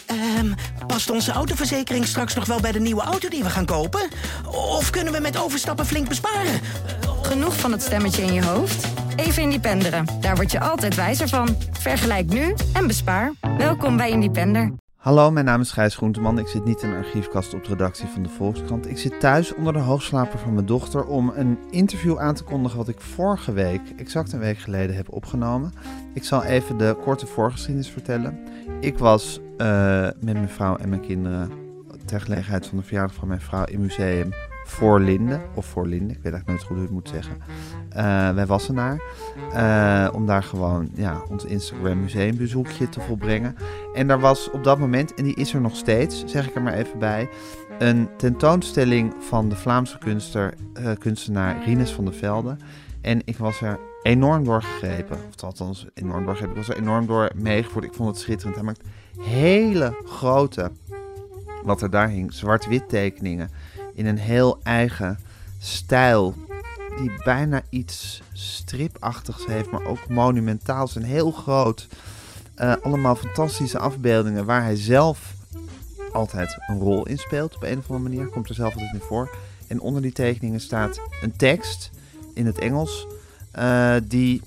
Past onze autoverzekering straks nog wel bij de nieuwe auto die we gaan kopen? Of kunnen we met overstappen flink besparen? Genoeg van het stemmetje in je hoofd? Even Independeren. Daar word je altijd wijzer van. Vergelijk nu en bespaar. Welkom bij Independer. Hallo, mijn naam is Gijs Groenteman. Ik zit niet in een archiefkast op de redactie van de Volkskrant. Ik zit thuis onder de hoogslaper van mijn dochter om een interview aan te kondigen wat ik vorige week, exact een week geleden, heb opgenomen. Ik zal even de korte voorgeschiedenis vertellen. Ik was met mijn vrouw en mijn kinderen ter gelegenheid van de verjaardag van mijn vrouw in museum Voorlinden. Of Voorlinden, ik weet eigenlijk nooit goed hoe je het moet zeggen. Wij Wassenaar. Om daar gewoon ons Instagram museumbezoekje te volbrengen. En daar was op dat moment, en die is er nog steeds, zeg ik er maar even bij, een tentoonstelling van de Vlaamse kunstenaar Rinus van der Velde. En ik was er enorm door gegrepen. Of althans, enorm door gegrepen. Ik was er enorm door meegevoerd. Ik vond het schitterend. Hij maakt hele grote, wat er daar hing, zwart-wit tekeningen in een heel eigen stijl, die bijna iets stripachtigs heeft, maar ook monumentaals en heel groot. Allemaal fantastische afbeeldingen waar hij zelf altijd een rol in speelt. Op een of andere manier komt er zelf altijd in voor. En onder die tekeningen staat een tekst in het Engels die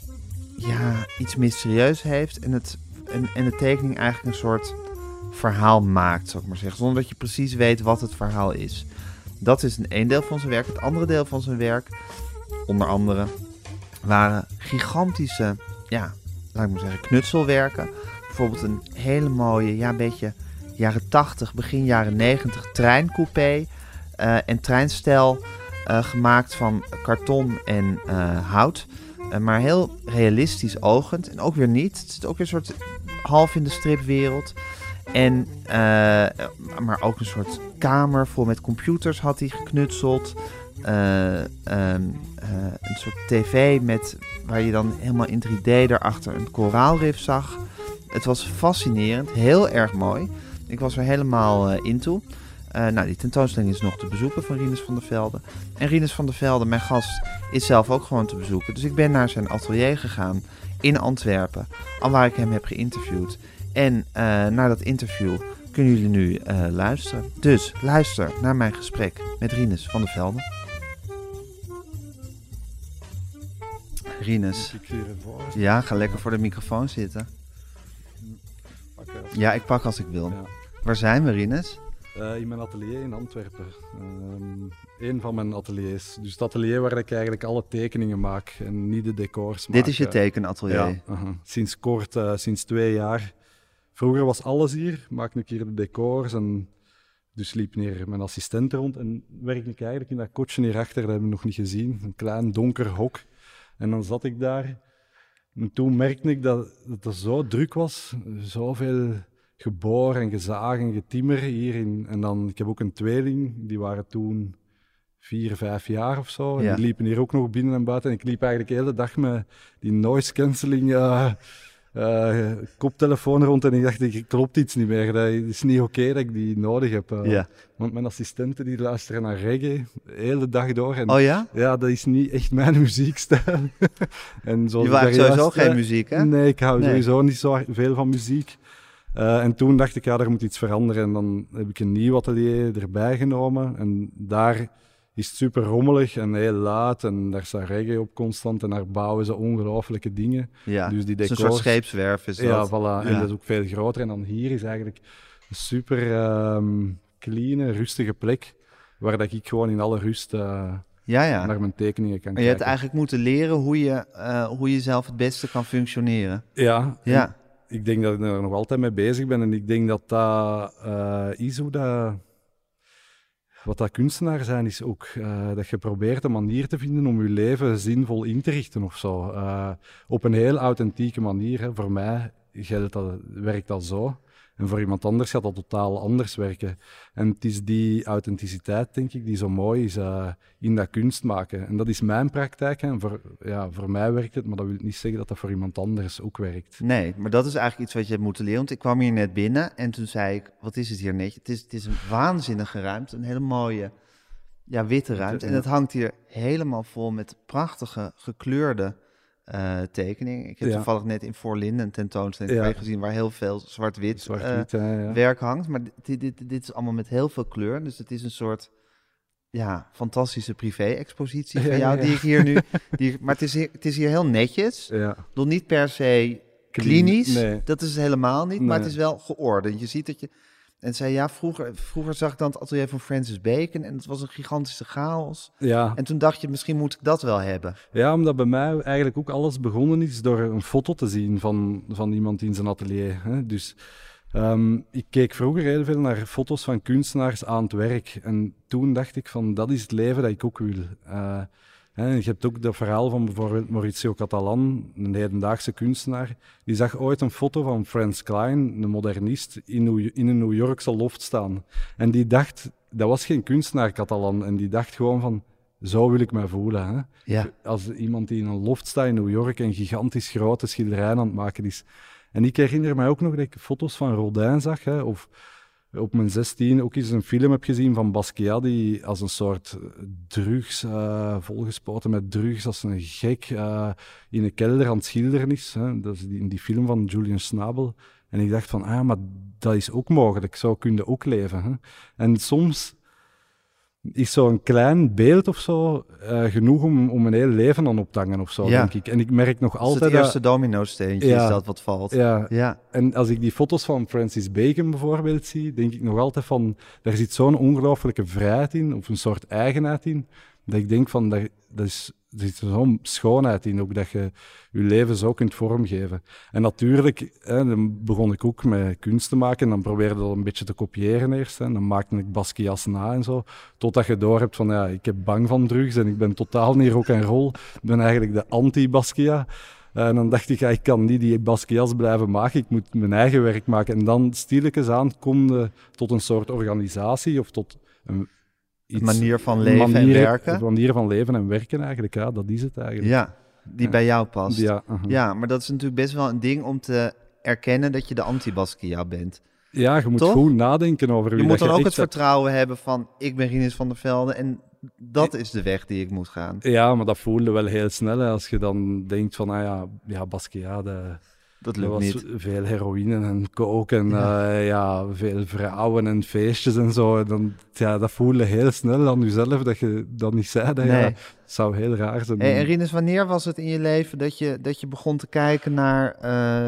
iets mysterieus heeft en de tekening eigenlijk een soort verhaal maakt, zou ik maar zeggen, zonder dat je precies weet wat het verhaal is. Dat is een deel van zijn werk. Het andere deel van zijn werk, onder andere, waren gigantische, laat ik maar zeggen, knutselwerken. Bijvoorbeeld een hele mooie, een beetje jaren 80, begin jaren 90 treincoupé en treinstijl gemaakt van karton en hout. Maar heel realistisch ogend. En ook weer niet. Het zit ook weer een soort half in de stripwereld. En, maar ook een soort kamer vol met computers had hij geknutseld. Een soort tv waar je dan helemaal in 3D daarachter een koraalrif zag. Het was fascinerend, heel erg mooi. Ik was er helemaal into. Die tentoonstelling is nog te bezoeken van Rinus van der Velde. En Rinus van der Velde, mijn gast, is zelf ook gewoon te bezoeken. Dus ik ben naar zijn atelier gegaan in Antwerpen, alwaar ik hem heb geïnterviewd. En naar dat interview kunnen jullie nu luisteren. Dus luister naar mijn gesprek met Rinus van der Velde. Rinus. Ja, ga lekker voor de microfoon zitten. Ja, ik pak als ik wil. Ja. Waar zijn we, Rinus? In mijn atelier in Antwerpen. Een van mijn ateliers. Dus het atelier waar ik eigenlijk alle tekeningen maak en niet de decors maak. Dit is je tekenatelier? Ja, sinds kort, sinds 2 jaar. Vroeger was alles hier, maakte ik hier de decors en dus liep hier mijn assistent rond en werkte ik eigenlijk in dat kotje hierachter, dat hebben we nog niet gezien, een klein donker hok. En dan zat ik daar en toen merkte ik dat het zo druk was, zoveel geboor en gezaag en getimmer hierin. En dan, ik heb ook een tweeling, die waren toen 4, 5 jaar of zo. En die liepen hier ook nog binnen en buiten. En ik liep eigenlijk de hele dag met die noise cancelling koptelefoon rond en ik dacht, er klopt iets niet meer. Dat is niet oké dat ik die nodig heb. Want mijn assistenten die luisteren naar reggae de hele dag door. En, ja, dat is niet echt mijn muziekstijl. En je maakt sowieso geen muziek, hè? Nee, ik hou sowieso niet zo veel van muziek. En toen dacht ik, daar moet iets veranderen. En dan heb ik een nieuw atelier erbij genomen. En daar is het super rommelig en heel luid. En daar staat reggae op constant. En daar bouwen ze ongelooflijke dingen. Ja, dus die decors, een soort scheepswerf is dat. Ja, voilà. Ja. En dat is ook veel groter. En dan hier is eigenlijk een super clean, rustige plek. Waar dat ik gewoon in alle rust naar mijn tekeningen kan kijken. Je hebt eigenlijk moeten leren hoe je zelf het beste kan functioneren. Ja. Ik denk dat ik er nog altijd mee bezig ben. En ik denk dat dat is hoe dat... Wat dat kunstenaar zijn is ook dat je probeert een manier te vinden om je leven zinvol in te richten of zo. Op een heel authentieke manier. Hè. Voor mij werkt dat zo. En voor iemand anders gaat dat totaal anders werken. En het is die authenticiteit, denk ik, die zo mooi is in dat kunst maken. En dat is mijn praktijk. Hè. En voor mij werkt het, maar dat wil niet zeggen dat dat voor iemand anders ook werkt. Nee, maar dat is eigenlijk iets wat je hebt moeten leren. Want ik kwam hier net binnen en toen zei ik, wat is het hier net? Het is een waanzinnige ruimte, een hele mooie witte ruimte. En het hangt hier helemaal vol met prachtige gekleurde tekening. Ik heb toevallig net in Voorlinden een tentoonstelling gezien waar heel veel zwart-wit werk hangt. Maar dit is allemaal met heel veel kleur. Dus het is een soort fantastische privé-expositie van jou die ik hier nu... maar het is hier heel netjes. Nog niet per se klinisch. Nee. Dat is het helemaal niet. Nee. Maar het is wel geordend. Je ziet dat je... En zei, vroeger zag ik dan het atelier van Francis Bacon en het was een gigantische chaos. Ja. En toen dacht je, misschien moet ik dat wel hebben. Ja, omdat bij mij eigenlijk ook alles begonnen is door een foto te zien van iemand in zijn atelier. Hè. Dus ik keek vroeger heel veel naar foto's van kunstenaars aan het werk. En toen dacht ik van, dat is het leven dat ik ook wil. Je hebt ook dat verhaal van bijvoorbeeld Maurizio Catalan, een hedendaagse kunstenaar. Die zag ooit een foto van Franz Klein, een modernist, in een New Yorkse loft staan. En die dacht, dat was geen kunstenaar Catalan, en die dacht gewoon van, zo wil ik mij voelen. Hè? Ja. Als iemand die in een loft staat in New York en gigantisch grote schilderijen aan het maken is. En ik herinner mij ook nog dat ik foto's van Rodin zag, of op mijn 16 ook eens een film heb gezien van Basquiat, die als een soort drugs, volgespoten met drugs, als een gek in een kelder aan het schilderen is. Hè. Dat is in die film van Julian Schnabel. En ik dacht van, maar dat is ook mogelijk, zo kun je ook leven. Hè. En soms is zo'n klein beeld of zo genoeg om een heel leven aan op te hangen of zo, denk ik. En ik merk nog altijd het eerste domino-steentje is dat wat valt. Ja. En als ik die foto's van Francis Bacon bijvoorbeeld zie, denk ik nog altijd van, daar zit zo'n ongelooflijke vrijheid in, of een soort eigenheid in, dat ik denk van, er zit zo'n schoonheid in, ook dat je je leven zo kunt vormgeven. En natuurlijk, dan begon ik ook met kunst te maken en dan probeerde dat een beetje te kopiëren eerst. En dan maakte ik Basquiat's na en zo, totdat je door hebt van, ik heb bang van drugs en ik ben totaal niet rock en roll. Ik ben eigenlijk de anti-Basquiat. En dan dacht ik, ik kan niet die Basquiat's blijven maken, ik moet mijn eigen werk maken. En dan stilletjes aan kom je tot een soort organisatie of tot een manier van leven en werken. Een manier van leven en werken eigenlijk, dat is het eigenlijk. Ja, die bij jou past. Ja, ja, maar dat is natuurlijk best wel een ding om te erkennen dat je de anti-Basquiat bent. Ja, je moet goed nadenken over wie je moet dan ook het hebt. vertrouwen hebben van, ik ben Rinus van der Velde en dat is de weg die ik moet gaan. Ja, maar dat voelde wel heel snel, hè, als je dan denkt van, Basquiat... Dat lukt was niet. Veel heroïne en coke en veel vrouwen en feestjes en zo. Dat voelde heel snel aan jezelf dat je dat niet zei. Het zou heel raar zijn. En Rinus, wanneer was het in je leven dat je begon te kijken naar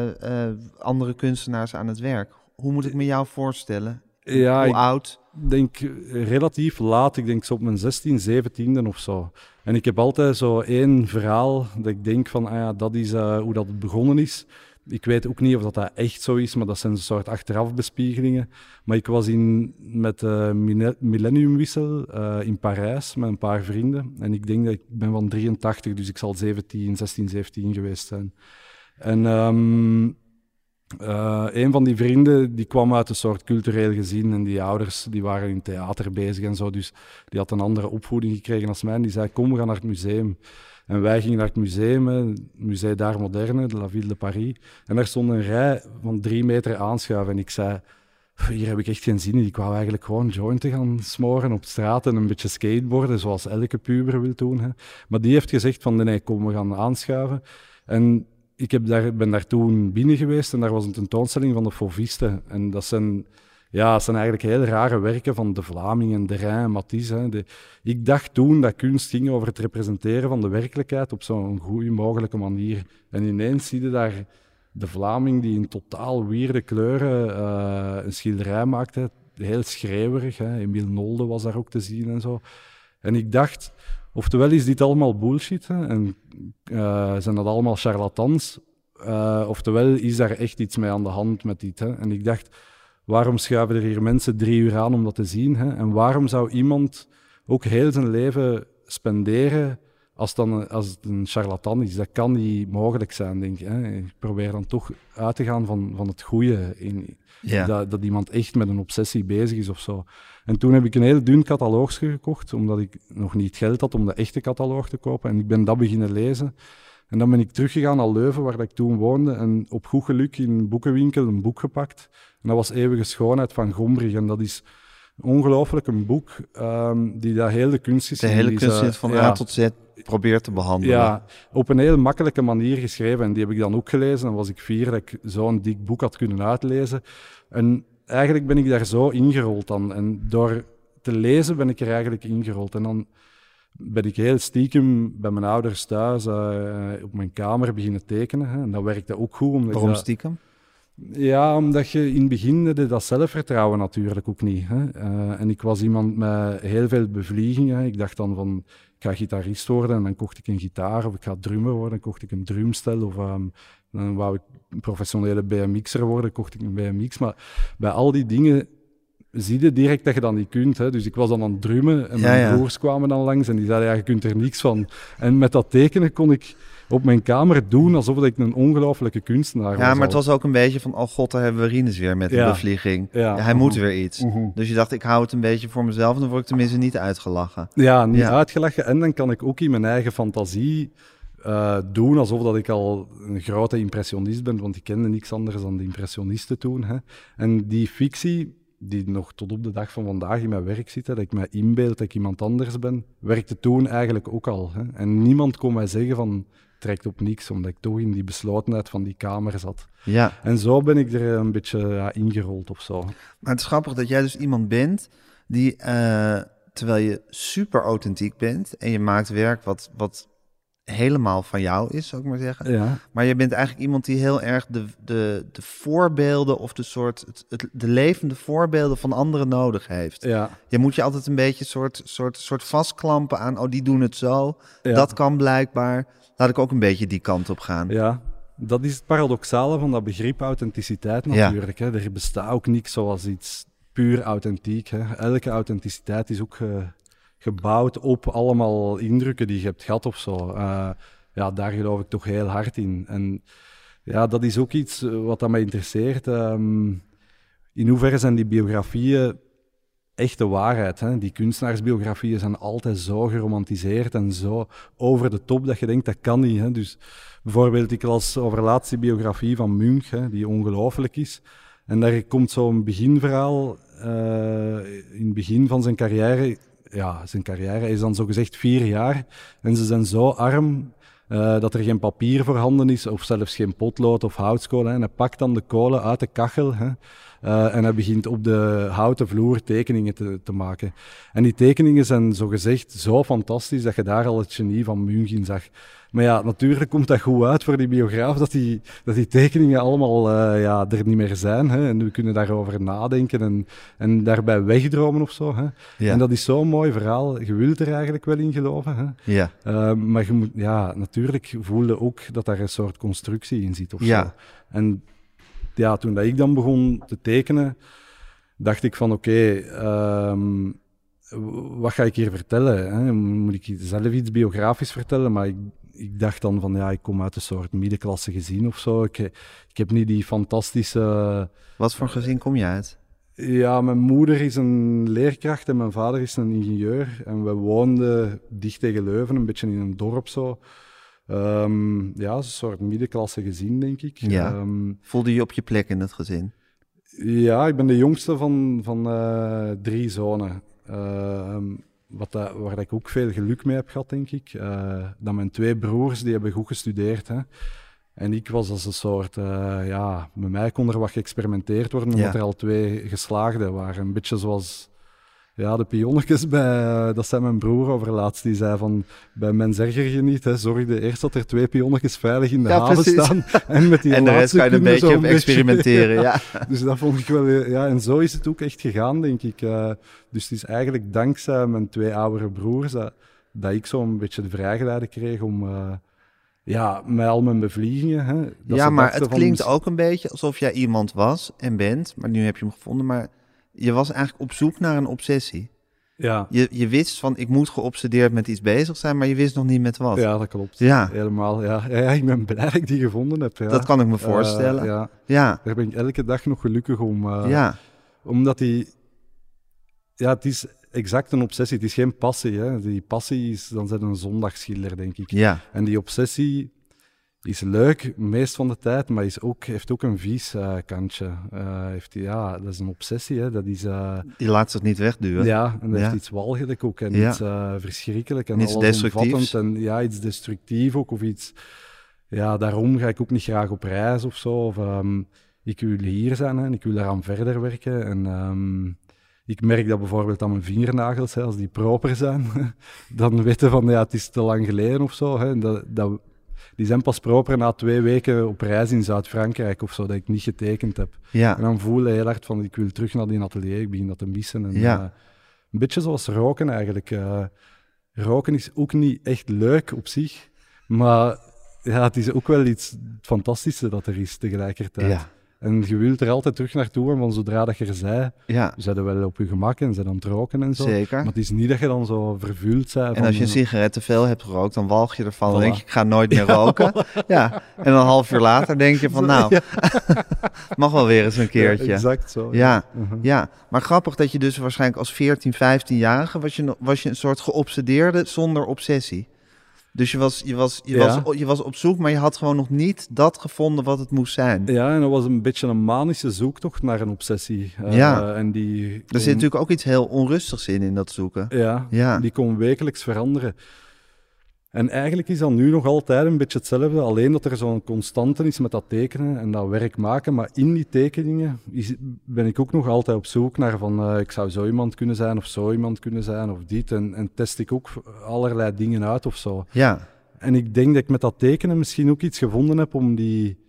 andere kunstenaars aan het werk? Hoe moet ik me jou voorstellen? Hoe oud? Ik denk relatief laat. Ik denk zo op mijn 16, 17e of zo. En ik heb altijd zo één verhaal dat ik denk van, dat is hoe dat begonnen is. Ik weet ook niet of dat echt zo is, maar dat zijn een soort achterafbespiegelingen. Maar ik was met de Millenniumwissel in Parijs met een paar vrienden. En ik denk dat ik ben van 83, dus ik zal 16, 17 geweest zijn. En een van die vrienden die kwam uit een soort cultureel gezin en die ouders die waren in theater bezig en zo. Dus die had een andere opvoeding gekregen als mij. En die zei, kom, we gaan naar het museum. En wij gingen naar het museum, het Musée d'Art Moderne, de La Ville de Paris. En daar stond een rij van 3 meter aanschuiven. En ik zei, hier heb ik echt geen zin in. Ik wou eigenlijk gewoon jointen gaan smoren op straat en een beetje skateboarden, zoals elke puber wil doen. Hè. Maar die heeft gezegd van, nee, kom, we gaan aanschuiven. En ik ben daar toen binnen geweest en daar was een tentoonstelling van de Fauvisten. En dat zijn eigenlijk heel rare werken van De Vlaming en Derain en Matisse. Hè. Ik dacht toen dat kunst ging over het representeren van de werkelijkheid op zo'n goede mogelijke manier. En ineens zie je daar De Vlaming die in totaal weirde kleuren een schilderij maakte. Heel schreeuwerig. Hè. Emile Nolde was daar ook te zien en zo. En ik dacht, oftewel is dit allemaal bullshit, hè, en zijn dat allemaal charlatans, oftewel is daar echt iets mee aan de hand met dit. Hè. En ik dacht, waarom schuiven er hier mensen 3 uur aan om dat te zien? Hè? En waarom zou iemand ook heel zijn leven spenderen als het een charlatan is? Dat kan niet mogelijk zijn, denk ik. Hè? Ik probeer dan toch uit te gaan van het goede. Dat iemand echt met een obsessie bezig is of zo. En toen heb ik een heel dun cataloogje gekocht, omdat ik nog niet geld had om de echte cataloog te kopen. En ik ben dat beginnen lezen. En dan ben ik teruggegaan naar Leuven, waar ik toen woonde, en op goed geluk in een boekenwinkel een boek gepakt. En dat was Eeuwige Schoonheid van Gombrich. En dat is Ongelooflijk, een boek die dat hele kunstgeschiedenis... van A tot Z probeert te behandelen. Ja, op een heel makkelijke manier geschreven. En die heb ik dan ook gelezen. Dan was ik fier dat ik zo'n dik boek had kunnen uitlezen. En eigenlijk ben ik daar zo ingerold dan. En door te lezen ben ik er eigenlijk ingerold. En dan ben ik heel stiekem bij mijn ouders thuis op mijn kamer beginnen tekenen. Hè. En dat werkte ook goed. Waarom stiekem? Ja, omdat je in het begin dat zelfvertrouwen natuurlijk ook niet. Hè. En ik was iemand met heel veel bevliegingen. Ik dacht dan van, ik ga gitarist worden en dan kocht ik een gitaar. Of ik ga drummer worden, dan kocht ik een drumstel. Of dan wou ik een professionele BMX'er worden, kocht ik een BMX. Maar bij al die dingen zie je direct dat je dat niet kunt. Hè. Dus ik was dan aan het drummen en mijn broers kwamen dan langs en die zeiden, ja, je kunt er niks van. En met dat tekenen kon ik op mijn kamer doen alsof ik een ongelooflijke kunstenaar was. Ja, maar het was ook een beetje van, oh god, daar hebben we Rinus weer met de bevlieging. Ja. Ja, hij moet weer iets. Dus je dacht, ik hou het een beetje voor mezelf en dan word ik tenminste niet uitgelachen. Ja, niet uitgelachen. En dan kan ik ook in mijn eigen fantasie doen alsof dat ik al een grote impressionist ben, want ik kende niks anders dan de impressionisten toen. Hè. En die fictie, die nog tot op de dag van vandaag in mijn werk zit, hè, dat ik mij inbeeld dat ik iemand anders ben, werkte toen eigenlijk ook al. Hè. En niemand kon mij zeggen van, trekt op niks, omdat ik toch in die beslotenheid van die kamer zat. Ja. En zo ben ik er een beetje ingerold of zo. Maar het is grappig dat jij dus iemand bent die, terwijl je super authentiek bent en je maakt werk wat helemaal van jou is, zou ik maar zeggen. Ja. Maar je bent eigenlijk iemand die heel erg de voorbeelden of de levende voorbeelden van anderen nodig heeft. Ja. Je moet je altijd een beetje soort vastklampen aan, oh, die doen het zo. Ja. Dat kan blijkbaar. Laat ik ook een beetje die kant op gaan. Ja, dat is het paradoxale van dat begrip authenticiteit natuurlijk. Ja. Hè. Er bestaat ook niks zoals iets puur authentiek. Hè. Elke authenticiteit is ook gebouwd op allemaal indrukken die je hebt gehad of zo. Ja, daar geloof ik toch heel hard in. En ja, dat is ook iets wat dat mij interesseert. In hoeverre zijn die biografieën echt de waarheid? Hè? Die kunstenaarsbiografieën zijn altijd zo geromantiseerd en zo over de top dat je denkt, dat kan niet. Hè? Dus bijvoorbeeld, ik las over laatst die biografie van Munch, hè, die ongelooflijk is. En daar komt zo'n beginverhaal in het begin van zijn carrière. Ja, zijn carrière is dan zogezegd 4 jaar. En ze zijn zo arm dat er geen papier voorhanden is, of zelfs geen potlood of houtskolen. Hè. En hij pakt dan de kolen uit de kachel. Hè. En hij begint op de houten vloer tekeningen te maken. En die tekeningen zijn zogezegd zo fantastisch dat je daar al het genie van Munch in zag. Maar ja, natuurlijk komt dat goed uit voor die biograaf, dat die tekeningen allemaal er niet meer zijn. Hè? En we kunnen daarover nadenken en daarbij wegdromen of zo. Hè? Ja. En dat is zo'n mooi verhaal. Je wilt er eigenlijk wel in geloven. Hè? Ja. Maar je moet, natuurlijk voelde ook dat daar een soort constructie in zit of zo. En ja, toen dat ik dan begon te tekenen, dacht ik van oké, wat ga ik hier vertellen? Hè? Moet ik zelf iets biografisch vertellen? Maar ik dacht dan van ik kom uit een soort middenklasse gezin of zo. Ik heb niet die fantastische... Wat voor gezin kom je uit? Ja, mijn moeder is een leerkracht en mijn vader is een ingenieur. En we woonden dicht tegen Leuven, een beetje in een dorp zo. Een soort middenklasse gezin, denk ik. Ja. Voelde je op je plek in het gezin? Ja, ik ben de jongste van 3 zonen. Waar ik ook veel geluk mee heb gehad, denk ik. Dat mijn 2 broers, die hebben goed gestudeerd. Hè. En ik was als een soort... met mij kon er wat geëxperimenteerd worden, omdat er al 2 geslaagden waren. Een beetje zoals... Ja, de pionnetjes dat zei mijn broer over laatst. Die zei van, bij mensen erger je niet. Hè. Zorgde eerst dat er 2 pionnetjes veilig in de haven staan. En met die en de rest kan je een beetje op experimenteren. Ja. Dus dat vond ik wel... Ja, en zo is het ook echt gegaan, denk ik. Dus het is eigenlijk dankzij mijn 2 oudere broers dat ik zo'n beetje de vrijgeleide kreeg om... met al mijn bevliegingen. Hè, maar het klinkt ook een beetje alsof jij iemand was en bent. Maar nu heb je hem gevonden, maar... Je was eigenlijk op zoek naar een obsessie. Ja. Je wist van, ik moet geobsedeerd met iets bezig zijn, maar je wist nog niet met wat. Ja, dat klopt. Ja. Helemaal, ja. Ik ben blij dat ik die gevonden heb. Ja. Dat kan ik me voorstellen. Ja. Daar ben ik elke dag nog gelukkig om. Omdat het is exact een obsessie. Het is geen passie. Hè. Die passie is, dan zijn een zondagsschilder, denk ik. Ja. En die obsessie is leuk, meest van de tijd, maar heeft ook een vies kantje. Dat is een obsessie, hè. Dat is... Die laat zich niet wegduwen. Ja, en dat heeft iets walgelijk ook en iets verschrikkelijk en iets alles destructiefs. En iets destructief ook, of iets... Ja, daarom ga ik ook niet graag op reis of zo. Of, ik wil hier zijn, hè, en ik wil daaraan verder werken. En ik merk dat bijvoorbeeld aan mijn vingernagels, hè, als die proper zijn, dan weten van, het is te lang geleden of zo. Hè, die zijn pas proper na 2 weken op reis in Zuid-Frankrijk of zo, dat ik niet getekend heb. Ja. En dan voel je heel hard van, ik wil terug naar die atelier, ik begin dat te missen. En, een beetje zoals roken eigenlijk. Roken is ook niet echt leuk op zich, maar het is ook wel iets fantastische dat er is tegelijkertijd. Ja. En je wilt er altijd terug naartoe, en van zodra dat je er zij, zijn er wel op je gemak en zijn aan het roken en zo. Zeker. Maar het is niet dat je dan zo vervuild bent. En als je een sigaret te veel hebt gerookt, dan walg je ervan. Dan denk je, ik ga nooit meer roken. Ja. En dan een half uur later denk je van, mag wel weer eens een keertje. Ja, exact zo. Ja. Maar grappig dat je dus waarschijnlijk als 14, 15-jarige... was je een soort geobsedeerde zonder obsessie. Dus je was op zoek, maar je had gewoon nog niet dat gevonden wat het moest zijn. Ja, en dat was een beetje een manische zoektocht naar een obsessie. En er zit natuurlijk ook iets heel onrustigs in dat zoeken. Ja, die kon wekelijks veranderen. En eigenlijk is dat nu nog altijd een beetje hetzelfde, alleen dat er zo'n constante is met dat tekenen en dat werk maken. Maar in die tekeningen ben ik ook nog altijd op zoek naar van, ik zou zo iemand kunnen zijn of zo iemand kunnen zijn of dit. En test ik ook allerlei dingen uit of zo. Ja. En ik denk dat ik met dat tekenen misschien ook iets gevonden heb om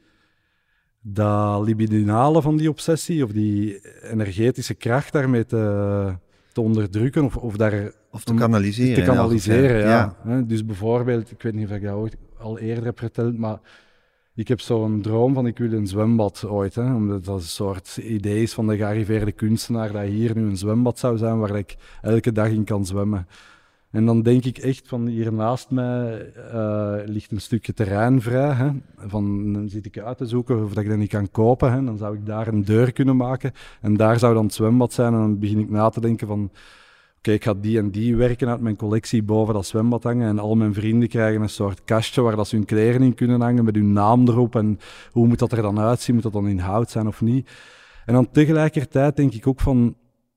dat libidinale van die obsessie of die energetische kracht daarmee te onderdrukken of te kanaliseren. Ja. Dus bijvoorbeeld, ik weet niet of ik dat ooit al eerder heb verteld, maar ik heb zo'n droom van ik wil een zwembad ooit. Hè, omdat dat een soort idee is van de gearriveerde kunstenaar, dat hier nu een zwembad zou zijn waar ik elke dag in kan zwemmen. En dan denk ik echt van hier naast mij ligt een stukje terrein vrij. Hè. Dan zit ik uit te zoeken of dat ik dat niet kan kopen. Hè. Dan zou ik daar een deur kunnen maken. En daar zou dan het zwembad zijn. En dan begin ik na te denken van... Oké, ik ga die en die werken uit mijn collectie boven dat zwembad hangen. En al mijn vrienden krijgen een soort kastje waar dat ze hun kleren in kunnen hangen met hun naam erop. En hoe moet dat er dan uitzien? Moet dat dan in hout zijn of niet? En dan tegelijkertijd denk ik ook van...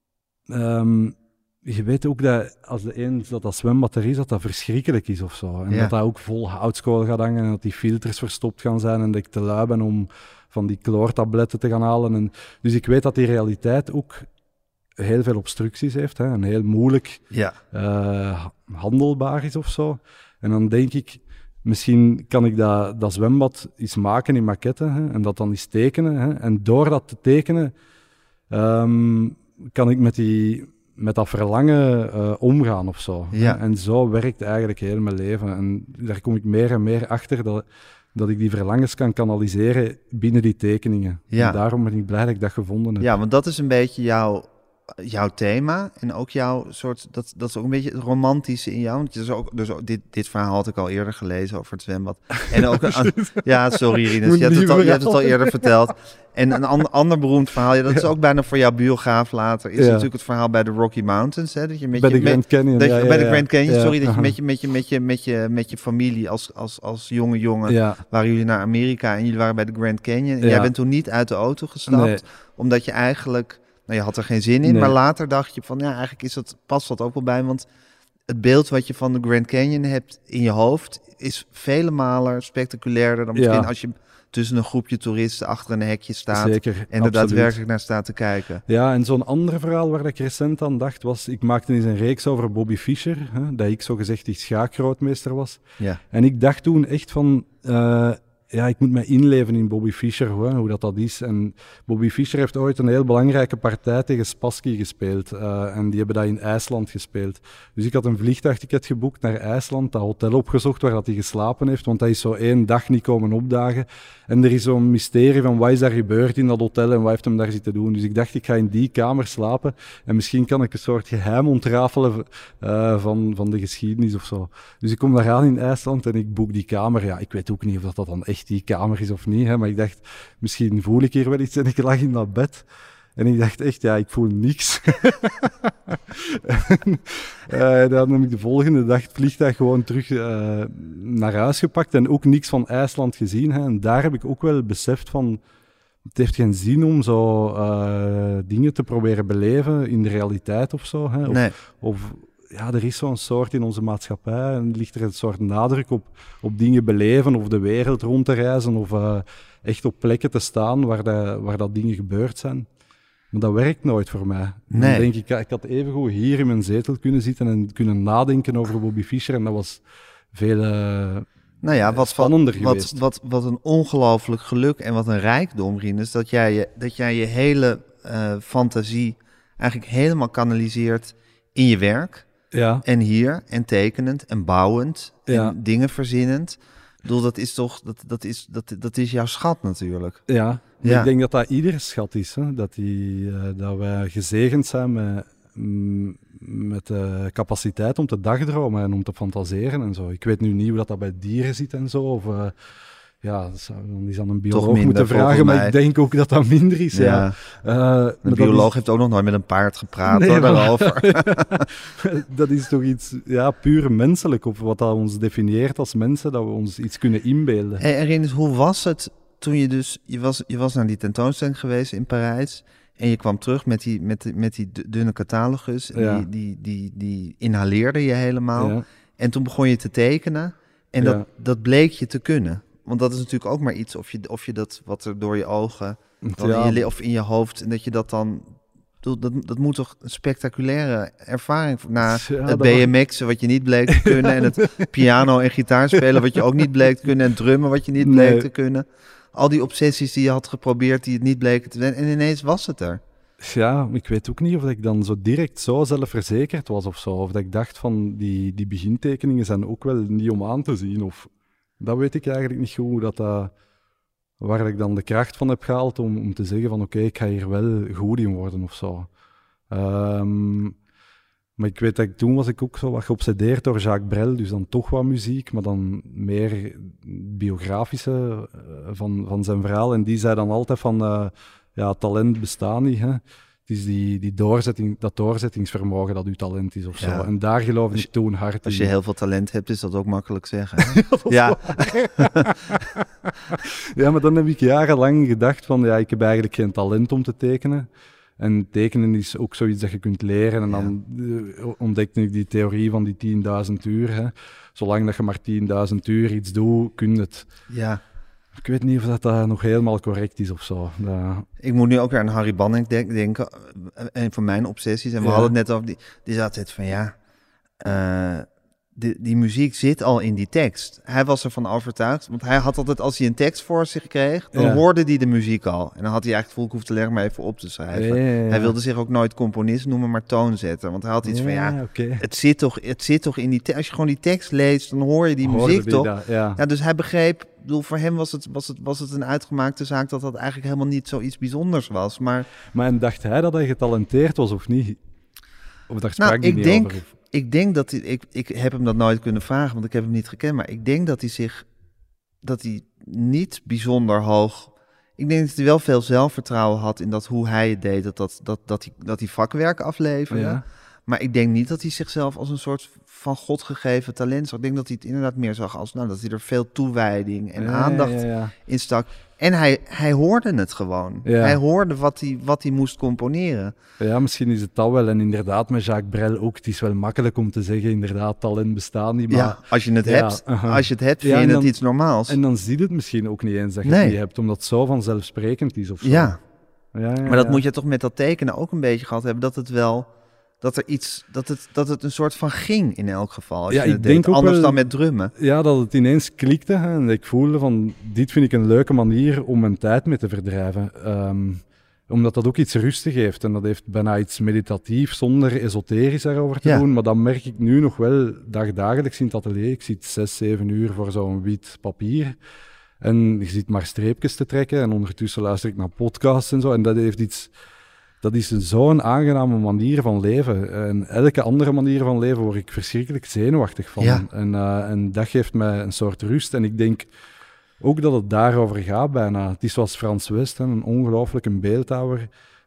je weet ook dat als dat zwembad er is, dat verschrikkelijk is of zo. En dat ook vol houtskool gaat hangen en dat die filters verstopt gaan zijn en dat ik te lui ben om van die chloortabletten te gaan halen. Dus ik weet dat die realiteit ook heel veel obstructies heeft, hè, en heel moeilijk handelbaar is of zo. En dan denk ik, misschien kan ik dat zwembad eens maken in maquette, hè, en dat dan eens tekenen. Hè, en door dat te tekenen kan ik met dat verlangen omgaan of zo. Ja. En zo werkt eigenlijk heel mijn leven. En daar kom ik meer en meer achter dat ik die verlangens kan kanaliseren binnen die tekeningen. Ja. En daarom ben ik blij dat ik dat gevonden heb. Ja, want dat is een beetje jouw thema en ook jouw soort, dat is ook een beetje het romantische in jou. Want het is ook, dus dit verhaal had ik al eerder gelezen over het zwembad. En ook sorry Rinus, je hebt het al eerder verteld. En een ander beroemd verhaal, dat is ook bijna voor jouw biograaf later, is natuurlijk het verhaal bij de Rocky Mountains. Hè, dat je bij de Grand Canyon. Bij de Grand Canyon, sorry, dat je met je familie als jonge jongen waren jullie naar Amerika en jullie waren bij de Grand Canyon. En jij bent toen niet uit de auto gestapt, omdat je eigenlijk... je had er geen zin in, maar later dacht je van... eigenlijk past dat ook wel bij, want het beeld wat je van de Grand Canyon hebt in je hoofd... is vele malen spectaculairder dan misschien als je tussen een groepje toeristen achter een hekje staat... Zeker, en er daadwerkelijk naar staat te kijken. Ja, en zo'n ander verhaal waar ik recent aan dacht was... Ik maakte eens een reeks over Bobby Fischer, hè, dat ik zogezegd die schaakgrootmeester was. Ja. En ik dacht toen echt van... ik moet mij inleven in Bobby Fischer, hoe dat is. En Bobby Fischer heeft ooit een heel belangrijke partij tegen Spassky gespeeld. En die hebben dat in IJsland gespeeld. Dus ik had een vliegtuigticket geboekt naar IJsland, dat hotel opgezocht waar dat hij geslapen heeft, want hij is zo 1 dag niet komen opdagen. En er is zo'n mysterie van wat is daar gebeurd in dat hotel en wat heeft hem daar zitten doen. Dus ik dacht, ik ga in die kamer slapen en misschien kan ik een soort geheim ontrafelen van de geschiedenis of zo. Dus ik kom daar aan in IJsland en ik boek die kamer. Ja, ik weet ook niet of dat dan echt die kamer is of niet, hè, maar ik dacht, misschien voel ik hier wel iets en ik lag in dat bed. En ik dacht echt, ja, ik voel niks. Dan heb ik de volgende dag het vliegtuig gewoon terug naar huis gepakt en ook niks van IJsland gezien. Hè. En daar heb ik ook wel beseft van, het heeft geen zin om zo dingen te proberen beleven in de realiteit of zo. Hè. Of ja, er is zo'n soort in onze maatschappij en ligt er een soort nadruk op dingen beleven of de wereld rond te reizen of echt op plekken te staan waar dat dingen gebeurd zijn. Maar dat werkt nooit voor mij. Nee. Dan denk ik had evengoed hier in mijn zetel kunnen zitten en kunnen nadenken over Bobby Fischer en dat was veel spannender geweest. Wat een ongelooflijk geluk en wat een rijkdom, Rinus, dat jij je hele fantasie eigenlijk helemaal kanaliseert in je werk. Ja. En hier, en tekenend, en bouwend, Ja. en dingen verzinnend. Ik bedoel, dat is toch, dat is jouw schat natuurlijk. Ja, Ja. Ik denk dat dat iedere schat is. Hè? Dat wij gezegend zijn met de capaciteit om te dagdromen en om te fantaseren en zo. Ik weet nu niet hoe dat bij dieren zit en zo. Of, dat zou dan eens aan een bioloog minder, moeten vragen, maar mij. ik denk ook dat dat minder is. Ja. Een bioloog heeft ook nog nooit met een paard gepraat Nee, daarover. Dat is toch iets puur menselijk, of wat dat ons definieert als mensen, dat we ons iets kunnen inbeelden. En Rinus, hoe was het toen je was naar die tentoonstelling geweest in Parijs en je kwam terug met die dunne catalogus en Ja. die inhaleerde je helemaal. Ja. En toen begon je te tekenen en Ja. dat bleek je te kunnen. Want dat is natuurlijk ook maar iets of je dat wat er door je ogen of in je hoofd en dat je dat dan. Dat moet toch een spectaculaire ervaring na het BMX'en wat je niet bleek te kunnen en het piano en gitaar spelen wat je ook niet bleek te kunnen en drummen wat je niet bleek te kunnen. Al die obsessies die je had geprobeerd die het niet bleken te zijn en ineens was het er. Ja, ik weet ook niet of ik dan zo direct zo zelfverzekerd was of zo. Of dat ik dacht van die begintekeningen zijn ook wel niet om aan te zien. Of dat weet ik eigenlijk niet goed waar ik dan de kracht van heb gehaald om te zeggen van oké, ik ga hier wel goed in worden of zo. Maar ik weet dat toen was ik ook zo wat geobsedeerd door Jacques Brel, dus dan toch wat muziek, maar dan meer biografische van zijn verhaal. En die zei dan altijd van talent bestaat niet, hè. Het is dat doorzettingsvermogen dat uw talent is of zo. Ja. En daar geloof ik toen hard in. Als je heel veel talent hebt, is dat ook makkelijk zeggen. Ja. Ja, maar dan heb ik jarenlang gedacht van, ik heb eigenlijk geen talent om te tekenen. En tekenen is ook zoiets dat je kunt leren. En dan ontdekte ik die theorie van die 10.000 uur. Hè. Zolang dat je maar 10.000 uur iets doet, kun je het. Ja. Ik weet niet of dat nog helemaal correct is of zo. Ik moet nu ook weer aan Harry Banning denken. Een van mijn obsessies. En we hadden het net over, die zat het van die muziek zit al in die tekst. Hij was ervan overtuigd. Want hij had altijd, als hij een tekst voor zich kreeg, dan hoorde hij de muziek al. En dan had hij eigenlijk gevoel, ik hoef te leggen maar even op te schrijven. Ja. Hij wilde zich ook nooit componist noemen, maar toonzetter. Want hij had iets van, het zit toch in die tekst. Als je gewoon die tekst leest, dan hoor je die muziek toch? Ja, dus hij begreep, voor hem was het een uitgemaakte zaak dat eigenlijk helemaal niet zoiets bijzonders was. Maar en dacht hij dat hij getalenteerd was of niet? Of daar sprak hij niet over? Ik denk dat ik heb hem dat nooit kunnen vragen, want ik heb hem niet gekend. Maar ik denk dat hij niet bijzonder hoog. Ik denk dat hij wel veel zelfvertrouwen had in hoe hij het deed, dat hij vakwerk afleverde. Ja. Maar ik denk niet dat hij zichzelf als een soort van God gegeven talent zag. Ik denk dat hij het inderdaad meer zag als dat hij er veel toewijding en aandacht in stak. En hij hoorde het gewoon. Ja. Hij hoorde wat hij moest componeren. Ja, misschien is het dat wel. En inderdaad, met Jacques Brel ook. Het is wel makkelijk om te zeggen, inderdaad, talent bestaat niet. Maar, ja, als je het hebt, vind je het iets normaals. En dan zie je het misschien ook niet eens dat je het niet hebt, omdat het zo vanzelfsprekend is of zo. Ja. Maar dat moet je toch met dat tekenen ook een beetje gehad hebben, dat het een soort van ging in elk geval. Als je het denk deed. Anders dan met drummen. Ja, dat het ineens klikte. Hè, en ik voelde van, dit vind ik een leuke manier om mijn tijd mee te verdrijven. Omdat dat ook iets rustig heeft. En dat heeft bijna iets meditatiefs, zonder esoterisch daarover te doen. Maar dat merk ik nu nog wel dagdagelijks in het atelier. Ik zit 6-7 uur voor zo'n wit papier. En je zit maar streepjes te trekken. En ondertussen luister ik naar podcasts en zo. En dat heeft iets... Dat is zo'n aangename manier van leven. En elke andere manier van leven word ik verschrikkelijk zenuwachtig van. Ja. En dat geeft mij een soort rust. En ik denk ook dat het daarover gaat bijna. Het is zoals Frans West, een ongelooflijke beeldhouwer.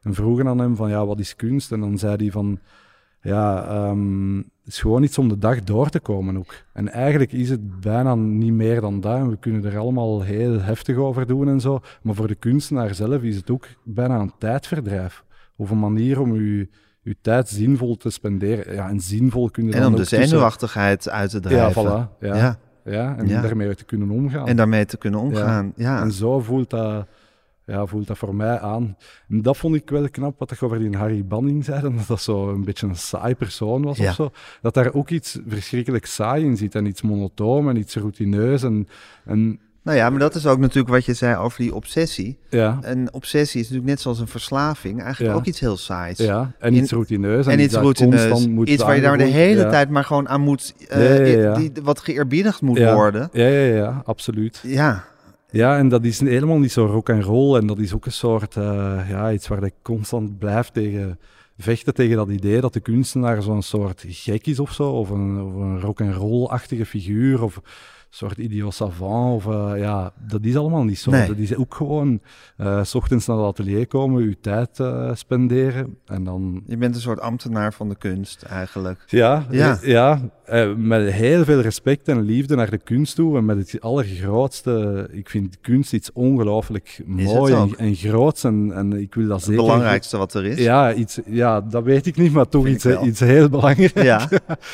En vroegen aan hem van, ja, wat is kunst? En dan zei hij van, ja, het is gewoon iets om de dag door te komen ook. En eigenlijk is het bijna niet meer dan dat. En we kunnen er allemaal heel heftig over doen en zo. Maar voor de kunstenaar zelf is het ook bijna een tijdverdrijf. Of een manier om je tijd zinvol te spenderen. Ja, en zinvol kun je dan En om ook de zenuwachtigheid uit te drijven. Ja, voilà. Ja, en daarmee te kunnen omgaan. En daarmee te kunnen omgaan, ja. En zo voelt dat voor mij aan. En dat vond ik wel knap, wat ik over die Harry Banning zei, dat dat zo een beetje een saai persoon was of zo. Dat daar ook iets verschrikkelijk saai in zit en iets monotoon en iets routineus. En nou ja, maar dat is ook natuurlijk wat je zei over die obsessie. Ja. Een obsessie is natuurlijk net zoals een verslaving eigenlijk ook iets heel saais. Ja, en iets routineus. En iets routineus. Iets waar je daar de hele tijd maar gewoon aan moet, die wat geëerbiedigd moet worden. Ja, absoluut. Ja, en dat is helemaal niet zo rock and roll. En dat is ook een soort, iets waar ik constant blijf vechten tegen dat idee dat de kunstenaar zo'n soort gek is of zo. Of een rock and roll-achtige figuur. Of een soort idiot savant. Dat is allemaal niet zo. Nee. Dat is ook gewoon 's ochtends naar het atelier komen, je tijd spenderen. En dan... Je bent een soort ambtenaar van de kunst eigenlijk. Ja. Met heel veel respect en liefde naar de kunst toe. En met het allergrootste. Ik vind kunst iets ongelooflijk mooi en groots. En ik wil dat zeker... Het belangrijkste wat er is. Ja, dat weet ik niet, maar toch iets heel belangrijks. Ja.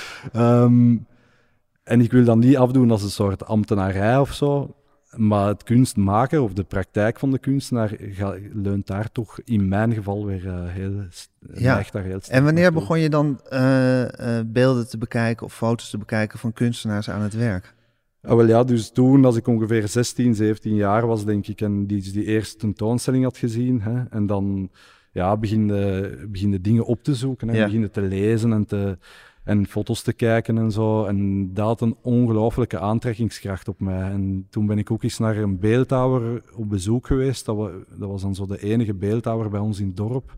En ik wil dat niet afdoen als een soort ambtenarij of zo. Maar het kunst maken of de praktijk van de kunstenaar leunt daar toch in mijn geval weer neigt daar heel sterk. En wanneer begon je dan beelden te bekijken of foto's te bekijken van kunstenaars aan het werk? Dus toen, als ik ongeveer 16, 17 jaar was, denk ik, en die eerste tentoonstelling had gezien, hè, en dan begin de dingen op te zoeken, hè, beginnen te lezen en foto's te kijken en zo. En dat had een ongelooflijke aantrekkingskracht op mij. En toen ben ik ook eens naar een beeldhouwer op bezoek geweest. Dat was dan zo de enige beeldhouwer bij ons in het dorp.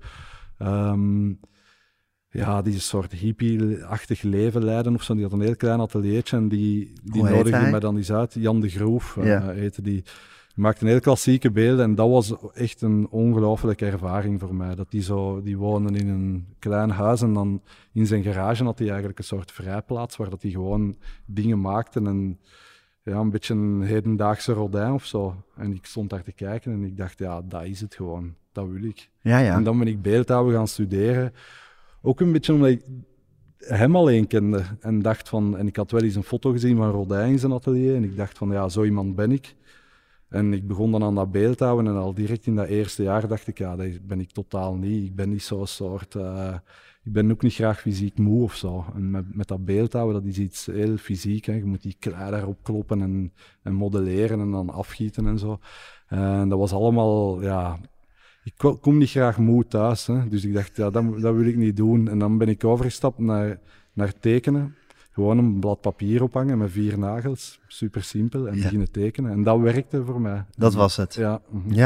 Die een soort hippie-achtig leven leiden of zo. Die had een heel klein ateliertje en die nodigde mij dan eens uit. Jan de Groef heette die. Die maakte een heel klassieke beelden en dat was echt een ongelooflijke ervaring voor mij. Dat die woonde in een klein huis en dan in zijn garage had hij eigenlijk een soort vrijplaats waar dat hij gewoon dingen maakte en een beetje een hedendaagse Rodin of zo. En ik stond daar te kijken en ik dacht, dat is het gewoon. Dat wil ik. Ja. En dan ben ik beeldhouwen gaan studeren. Ook een beetje omdat ik hem alleen kende en dacht van... En ik had wel eens een foto gezien van Rodin in zijn atelier en ik dacht van, zo iemand ben ik. En ik begon dan aan dat beeldhouwen en al direct in dat eerste jaar dacht ik, dat ben ik totaal niet. Ik ben niet zo'n soort... ik ben ook niet graag fysiek moe of zo. En met dat beeldhouwen, dat is iets heel fysiek. Hè. Je moet die klei daarop kloppen en modelleren en dan afgieten en zo. En dat was allemaal, Ik kom niet graag moe thuis, hè. Dus ik dacht, dat wil ik niet doen. En dan ben ik overgestapt naar tekenen. Gewoon een blad papier ophangen met 4 nagels. Super simpel. En beginnen tekenen. En dat werkte voor mij. Dat was het. Ja.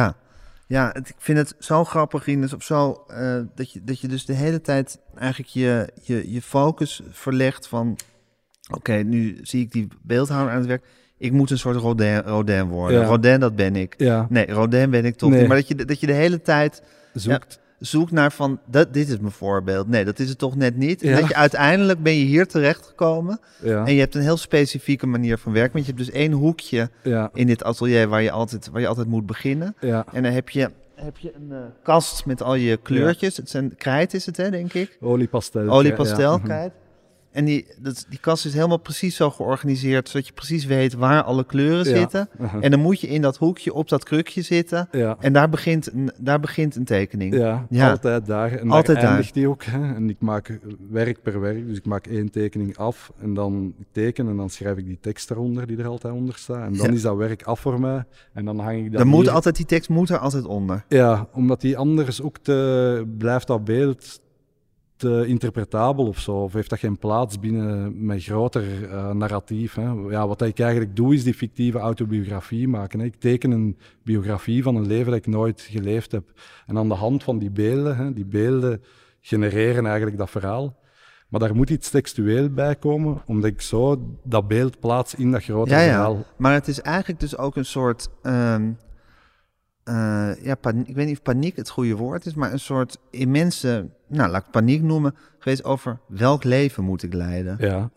Ja, ik vind het zo grappig, Rinus, of zo, dat je dus de hele tijd eigenlijk je focus verlegt van... Oké, nu zie ik die beeldhouwer aan het werk. Ik moet een soort Rodin worden. Ja. Rodin, dat ben ik. Ja. Nee, Rodin ben ik toch niet. Maar dat je de hele tijd zoekt naar van, dit is mijn voorbeeld. Nee, dat is het toch net niet. En dat je uiteindelijk ben je hier terechtgekomen. Ja. En je hebt een heel specifieke manier van werken. Want je hebt dus 1 hoekje in dit atelier waar je altijd moet beginnen. Ja. En dan heb je een kast met al je kleurtjes. Ja. Het zijn krijt is het, hè, denk ik? Oliepastel krijt. En die kast is helemaal precies zo georganiseerd, zodat je precies weet waar alle kleuren zitten. Uh-huh. En dan moet je in dat hoekje op dat krukje zitten. Ja. En daar begint een tekening. Ja, altijd daar. En altijd daar eindigt die ook. Hè. En ik maak werk per werk. Dus ik maak 1 tekening af en dan teken en dan schrijf ik die tekst eronder die er altijd onder staat. En dan is dat werk af voor mij. En dan hang ik dat die tekst moet er altijd onder. Ja, omdat die anders ook blijft dat beeld... te interpretabel of zo, of heeft dat geen plaats binnen mijn groter narratief. Hè? Ja, wat ik eigenlijk doe, is die fictieve autobiografie maken. Hè? Ik teken een biografie van een leven dat ik nooit geleefd heb. En aan de hand van die beelden genereren eigenlijk dat verhaal. Maar daar moet iets textueel bij komen, omdat ik zo dat beeld plaats in dat grotere verhaal. Maar het is eigenlijk dus ook een soort... ik weet niet of paniek het goede woord is, maar een soort immense, laat ik het paniek noemen, geweest over welk leven moet ik leiden. Ja.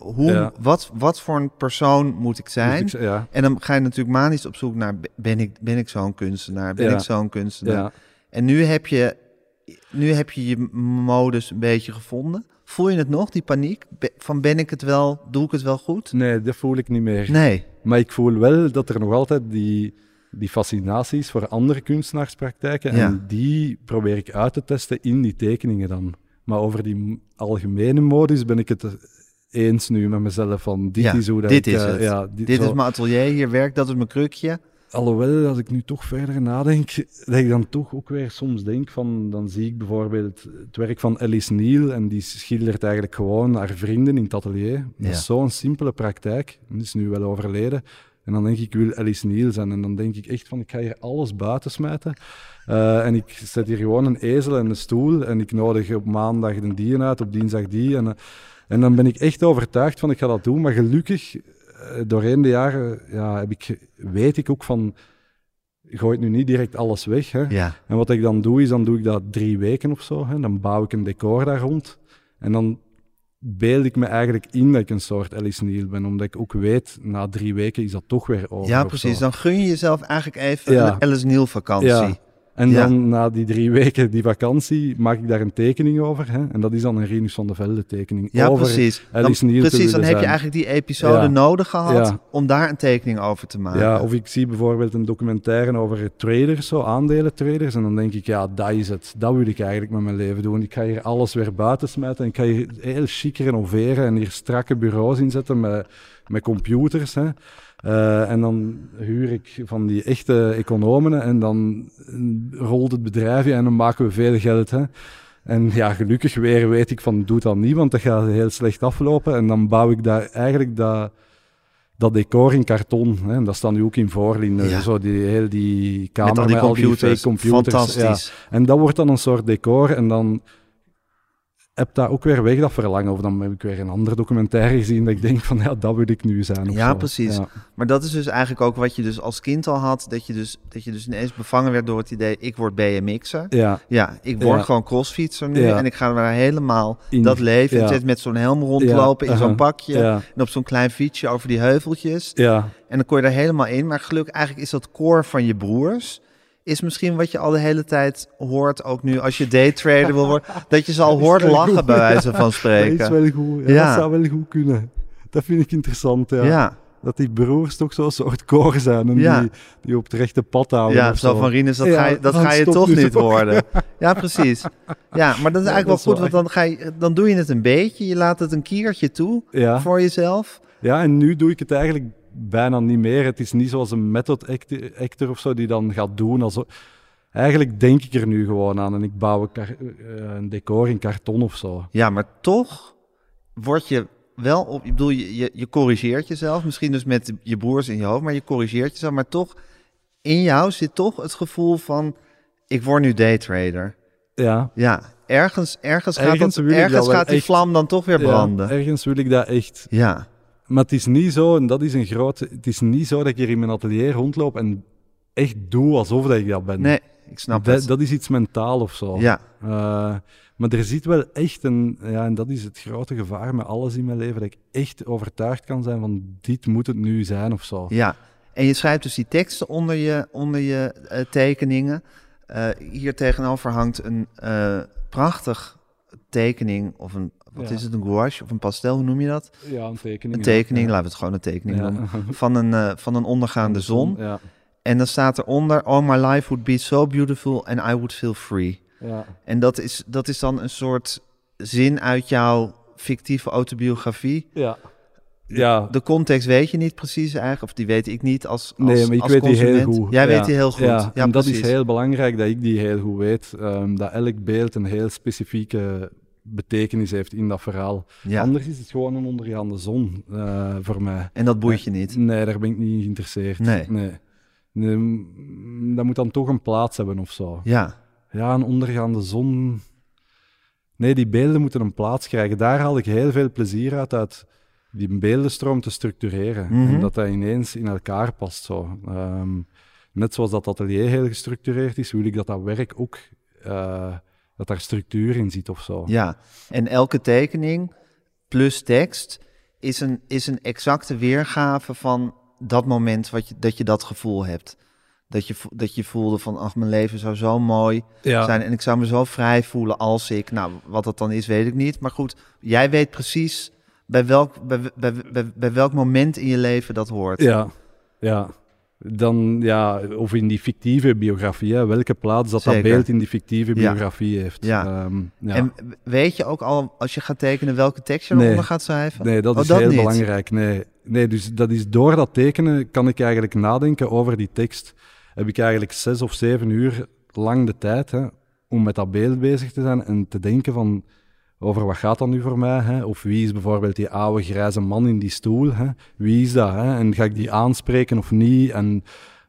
Wat voor een persoon moet ik zijn? En dan ga je natuurlijk manisch op zoek naar, ben ik zo'n kunstenaar? Ben ik zo'n kunstenaar? Ja. En nu heb je modus een beetje gevonden. Voel je het nog, die paniek? Van ben ik het wel, doe ik het wel goed? Nee, dat voel ik niet meer. Nee. Maar ik voel wel dat er nog altijd die fascinatie is voor andere kunstenaarspraktijken. Ja. En die probeer ik uit te testen in die tekeningen dan. Maar over die algemene modus ben ik het eens nu met mezelf. Van dit is hoe dat dit is het. Dit is mijn atelier, hier werkt, dat is mijn krukje. Alhoewel, als ik nu toch verder nadenk, dat ik dan toch ook weer soms denk van, dan zie ik bijvoorbeeld het werk van Alice Neel en die schildert eigenlijk gewoon haar vrienden in het atelier. Dat is zo'n simpele praktijk, die is nu wel overleden. En dan denk ik wil Alice Neel zijn en dan denk ik echt van, ik ga hier alles buiten smijten. En ik zet hier gewoon een ezel en een stoel en ik nodig op maandag de die uit, op dinsdag die. En dan ben ik echt overtuigd van, ik ga dat doen, maar gelukkig... Doorheen de jaren weet ik ook van, gooi het nu niet direct alles weg. Hè. Ja. En wat ik dan doe, is dan doe ik dat 3 weken of zo. Hè. Dan bouw ik een decor daar rond. En dan beeld ik me eigenlijk in dat ik een soort Alice Neel ben. Omdat ik ook weet, na 3 weken is dat toch weer over. Ja, precies. Dan gun je jezelf eigenlijk even een Alice Neel vakantie. Ja. En dan na die 3 weken, die vakantie, maak ik daar een tekening over. Hè? En dat is dan een Rinus van der Velde tekening. Ja, over precies. Dan heb je eigenlijk die episode nodig gehad om daar een tekening over te maken. Ja, of ik zie bijvoorbeeld een documentaire over traders, zo aandelentraders. En dan denk ik, dat is het. Dat wil ik eigenlijk met mijn leven doen. Ik ga hier alles weer buiten smijten. En ik ga hier heel chic renoveren en hier strakke bureaus inzetten met computers. Hè. En dan huur ik van die echte economen en dan rolt het bedrijfje en dan maken we veel geld. Hè. En gelukkig weer weet ik van, doe dat niet, want dat gaat heel slecht aflopen. En dan bouw ik daar eigenlijk dat decor in karton. Hè. En dat staat nu ook in Voorlinden. Ja. Zo die kamer met al die fake computers. Fantastisch. Ja. En dat wordt dan een soort decor en dan... heb daar ook weer weg dat verlangen. Of dan heb ik weer een andere documentaire gezien dat ik denk van, dat wil ik nu zijn. Ja, precies. Ja. Maar dat is dus eigenlijk ook wat je dus als kind al had, dat je dus ineens bevangen werd door het idee, ik word BMX'er. Ja, ik word gewoon crossfietser nu en ik ga er helemaal dat leven met zo'n helm rondlopen in zo'n pakje en op zo'n klein fietsje over die heuveltjes. Ja. En dan kon je er helemaal in. Maar gelukkig eigenlijk is dat core van je broers... is misschien wat je al de hele tijd hoort, ook nu als je daytrader wil worden, dat je ze al hoort lachen bij wijze van spreken. Dat is wel goed. Ja, dat zou wel goed kunnen. Dat vind ik interessant, ja. Dat die broers toch zo'n soort koor zijn en die op het rechte pad houden. Ja, zo van Rinus, dat ga je toch niet worden. Ja, precies. Ja, maar dat is eigenlijk wel goed, want dan doe je het een beetje. Je laat het een keertje toe voor jezelf. Ja, en nu doe ik het eigenlijk bijna niet meer. Het is niet zoals een method actor of zo die dan gaat doen. Eigenlijk denk ik er nu gewoon aan en ik bouw een decor in karton of zo. Ja, maar toch word je wel op... Ik bedoel, je corrigeert jezelf, misschien dus met je broers in je hoofd, maar je corrigeert jezelf. Maar toch, in jou zit toch het gevoel van, ik word nu daytrader. Ja. Ja, ergens gaat die vlam dan toch weer branden. Ja, ergens wil ik dat echt. Ja. Maar het is niet zo, en dat is een grote... Het is niet zo dat ik hier in mijn atelier rondloop en echt doe alsof dat ik dat ben. Nee, ik snap het. Dat is iets mentaal of zo. Ja. Maar er zit wel echt een... Ja, en dat is het grote gevaar met alles in mijn leven, dat ik echt overtuigd kan zijn van dit moet het nu zijn of zo. Ja, en je schrijft dus die teksten onder je tekeningen. Hier tegenover hangt een prachtig tekening of een... Wat is het, een gouache of een pastel, hoe noem je dat? Ja, een tekening. Een tekening, laten we het gewoon een tekening noemen. Van een ondergaande zon. Ja. En dan staat eronder, oh, my life would be so beautiful and I would feel free. Ja. En dat is dan een soort zin uit jouw fictieve autobiografie. Ja. Ja. De context weet je niet precies eigenlijk, of die weet ik niet als nee, maar ik weet die heel goed. Jij weet die heel goed. Ja, en dat is heel belangrijk dat ik die heel goed weet. Dat elk beeld een heel specifieke betekenis heeft in dat verhaal. Ja. Anders is het gewoon een ondergaande zon voor mij. En dat boeit je niet? Nee, daar ben ik niet in geïnteresseerd. Nee. Dat moet dan toch een plaats hebben of zo. Ja. Ja, een ondergaande zon... Nee, die beelden moeten een plaats krijgen. Daar haal ik heel veel plezier uit die beeldenstroom te structureren. Mm-hmm. En dat ineens in elkaar past zo. net zoals dat atelier heel gestructureerd is, wil ik dat werk ook, dat daar structuur in zit of zo. Ja, en elke tekening plus tekst is een exacte weergave van dat moment dat je dat gevoel hebt. Dat je voelde van, ach, mijn leven zou zo mooi zijn en ik zou me zo vrij voelen als ik... Nou, wat dat dan is, weet ik niet. Maar goed, jij weet precies bij welk moment in je leven dat hoort. Ja. Dan, of in die fictieve biografie, hè, welke plaats dat beeld in die fictieve biografie heeft. Ja. En weet je ook al, als je gaat tekenen, welke tekst je eronder gaat schrijven? Nee, dat is heel belangrijk. Nee, dus dat is door dat tekenen kan ik eigenlijk nadenken over die tekst. Heb ik eigenlijk 6 of 7 uur lang de tijd om met dat beeld bezig te zijn en te denken van... Over wat gaat dat nu voor mij? Hè? Of wie is bijvoorbeeld die oude grijze man in die stoel? Hè? Wie is dat? Hè? En ga ik die aanspreken of niet? En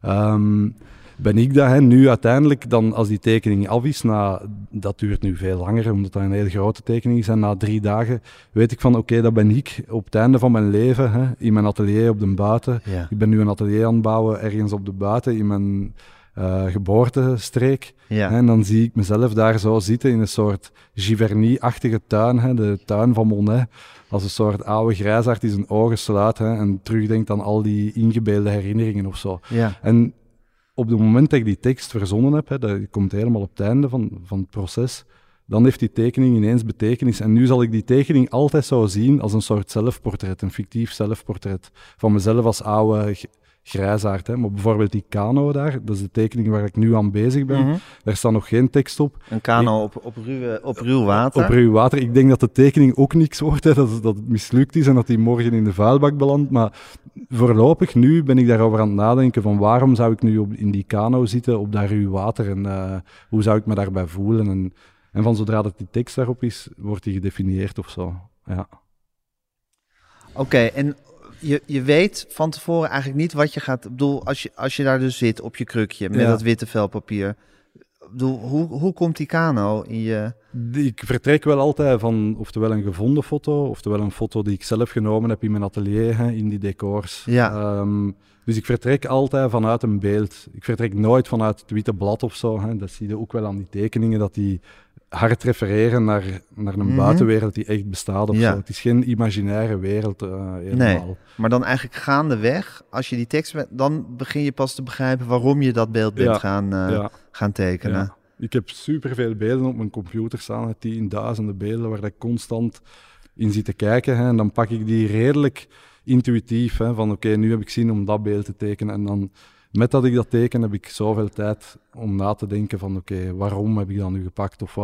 ben ik dat? Hè? Nu uiteindelijk, dan, als die tekening af is, dat duurt nu veel langer, omdat dat een hele grote tekening is. En na 3 dagen weet ik van, oké, dat ben ik op het einde van mijn leven, hè? In mijn atelier op de buiten. Ja. Ik ben nu een atelier aan het bouwen, ergens op de buiten, in mijn... geboortestreek. Ja. En dan zie ik mezelf daar zo zitten in een soort Giverny-achtige tuin, hè, de tuin van Monet, als een soort oude grijsaard die zijn ogen sluit en terugdenkt aan al die ingebeelde herinneringen of zo. Ja. En op het moment dat ik die tekst verzonnen heb, dat komt helemaal op het einde van het proces, dan heeft die tekening ineens betekenis. En nu zal ik die tekening altijd zo zien als een soort zelfportret, een fictief zelfportret van mezelf als oude grijsaard. Hè. Maar bijvoorbeeld die kano daar, dat is de tekening waar ik nu aan bezig ben. Mm-hmm. Daar staat nog geen tekst op. Een kano op ruw water? Op ruw water. Ik denk dat de tekening ook niks wordt, hè, dat het mislukt is en dat die morgen in de vuilbak belandt. Maar voorlopig, nu ben ik daarover aan het nadenken van waarom zou ik nu in die kano zitten op dat ruw water en hoe zou ik me daarbij voelen. En van zodra dat die tekst daarop is, wordt die gedefinieerd of zo. Ja. Oké, en... Je weet van tevoren eigenlijk niet wat je gaat... Ik bedoel, als je daar dus zit op je krukje met dat witte velpapier... Ik bedoel, hoe komt die kano in je... Ik vertrek wel altijd van oftewel een gevonden foto, oftewel een foto die ik zelf genomen heb in mijn atelier, in die decors. Ja. Dus ik vertrek altijd vanuit een beeld. Ik vertrek nooit vanuit het witte blad of zo. Hè. Dat zie je ook wel aan die tekeningen, dat die hard refereren naar een buitenwereld die echt bestaat of zo. Het is geen imaginaire wereld helemaal. Nee, maar dan eigenlijk gaandeweg, als je die tekst... dan begin je pas te begrijpen waarom je dat beeld bent gaan tekenen. Ja. Ik heb superveel beelden op mijn computer staan, 10.000 beelden, waar ik constant in zit te kijken. Hè. En dan pak ik die redelijk intuïtief, hè, van oké, nu heb ik zin om dat beeld te tekenen. En dan, met dat ik dat teken, heb ik zoveel tijd om na te denken van oké, waarom heb ik dat nu gepakt? Of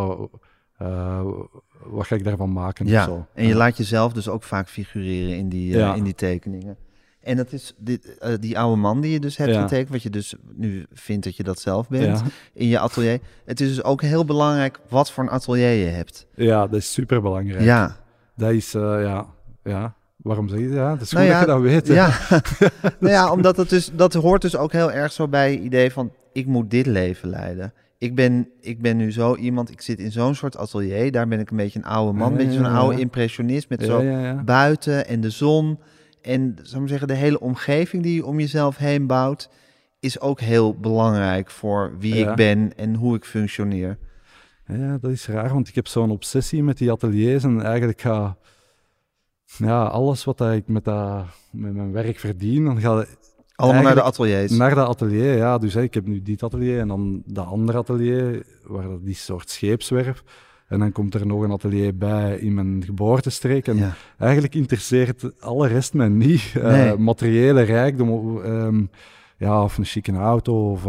wat ga ik daarvan maken? Ja, of zo. En je laat jezelf dus ook vaak figureren in die tekeningen. En dat is die oude man die je dus hebt getekend, wat je dus nu vindt dat je dat zelf bent, in je atelier. Het is dus ook heel belangrijk wat voor een atelier je hebt. Ja, dat is superbelangrijk. Ja. Dat is, ja. Waarom zeg je dat? Ja, het is goed dat je dat weet. Ja, omdat dat hoort dus ook heel erg zo bij het idee van, ik moet dit leven leiden. Ik ben nu zo iemand, ik zit in zo'n soort atelier, daar ben ik een beetje een oude man, een beetje zo'n oude impressionist met zo buiten en de zon. En zou ik maar zeggen, de hele omgeving die je om jezelf heen bouwt, is ook heel belangrijk voor wie ik ben en hoe ik functioneer. Ja, dat is raar, want ik heb zo'n obsessie met die ateliers en eigenlijk ga... Ja, alles wat ik met mijn werk verdien, dan ga allemaal naar de ateliers. Naar dat atelier, ja. Dus ik heb nu dit atelier en dan dat andere atelier, waar die soort scheepswerf. En dan komt er nog een atelier bij in mijn geboortestreek. En eigenlijk interesseert alle rest mij niet. Materiële rijkdom, of een chique auto. Of,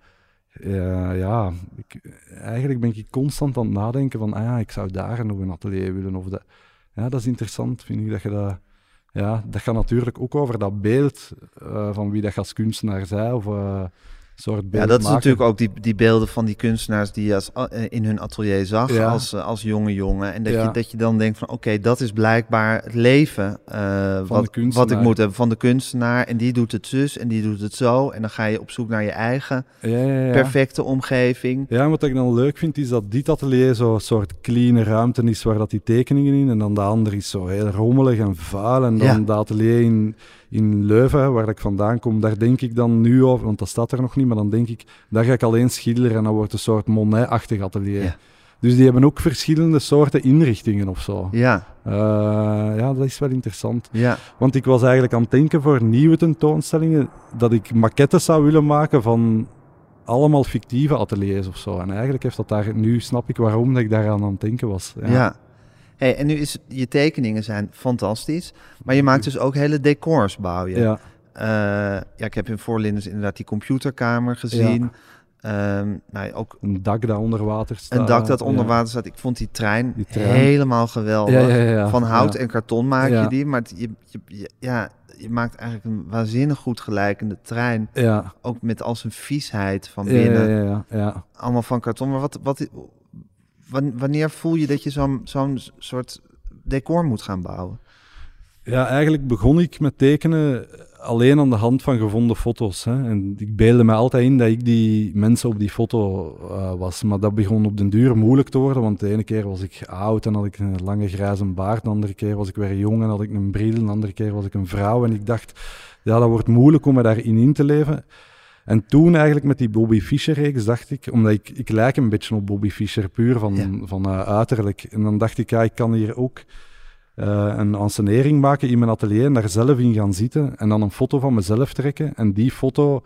eigenlijk ben ik constant aan het nadenken van, ik zou daar nog een atelier willen. Of dat. Ja, dat is interessant, vind ik, dat je dat... Ja, dat gaat natuurlijk ook over dat beeld van wie dat als kunstenaar zij, of soort beeld dat is maken. natuurlijk ook die beelden van die kunstenaars die je in hun atelier zag als jonge jongen. En dat je dan denkt van oké, dat is blijkbaar het leven wat ik moet hebben van de kunstenaar. En die doet het zus en die doet het zo. En dan ga je op zoek naar je eigen perfecte omgeving. Ja, wat ik dan leuk vind is dat dit atelier zo'n soort clean ruimte is waar dat die tekeningen in. En dan de andere is zo heel rommelig en vuil. En dan dat atelier in Leuven, waar ik vandaan kom, daar denk ik dan nu over, want dat staat er nog niet, maar dan denk ik, daar ga ik alleen schilderen en dat wordt een soort Monet-achtig atelier. Ja. Dus die hebben ook verschillende soorten inrichtingen of zo. Ja, Ja, dat is wel interessant. ja, Want ik was eigenlijk aan het denken voor nieuwe tentoonstellingen, dat ik maquettes zou willen maken van allemaal fictieve ateliers of zo. En eigenlijk heeft dat daar, nu snap ik waarom dat ik daaraan aan het denken was. ja. Hey, en nu je tekeningen zijn fantastisch, maar je maakt dus ook hele decors, bouw je. Ja. Ja, ik heb in Voorlinders inderdaad die computerkamer gezien. Nou, ook Een dak dat onder water staat. een dak dat onder Ja. water staat. Ik vond die trein trein. helemaal geweldig. Ja. Van hout Ja. en karton maak Ja. je die, maar je maakt eigenlijk een waanzinnig goed gelijkende trein. Ja. Ook met al zijn viesheid van binnen. Ja. Allemaal van karton. Maar wanneer voel je dat je zo'n soort decor moet gaan bouwen? Ja, eigenlijk begon ik met tekenen alleen aan de hand van gevonden foto's. Hè. En ik beelde me altijd in dat ik die mensen op die foto was. Maar dat begon op den duur moeilijk te worden, want de ene keer was ik oud en had ik een lange grijze baard. De andere keer was ik weer jong en had ik een bril. De andere keer was ik een vrouw. En ik dacht, ja, dat wordt moeilijk om me daarin in te leven. En toen eigenlijk met die Bobby Fischer-reeks dacht ik, omdat ik lijk een beetje op Bobby Fischer, puur van uiterlijk. En dan dacht ik, ja, ik kan hier ook een ensenering maken in mijn atelier en daar zelf in gaan zitten en dan een foto van mezelf trekken en die foto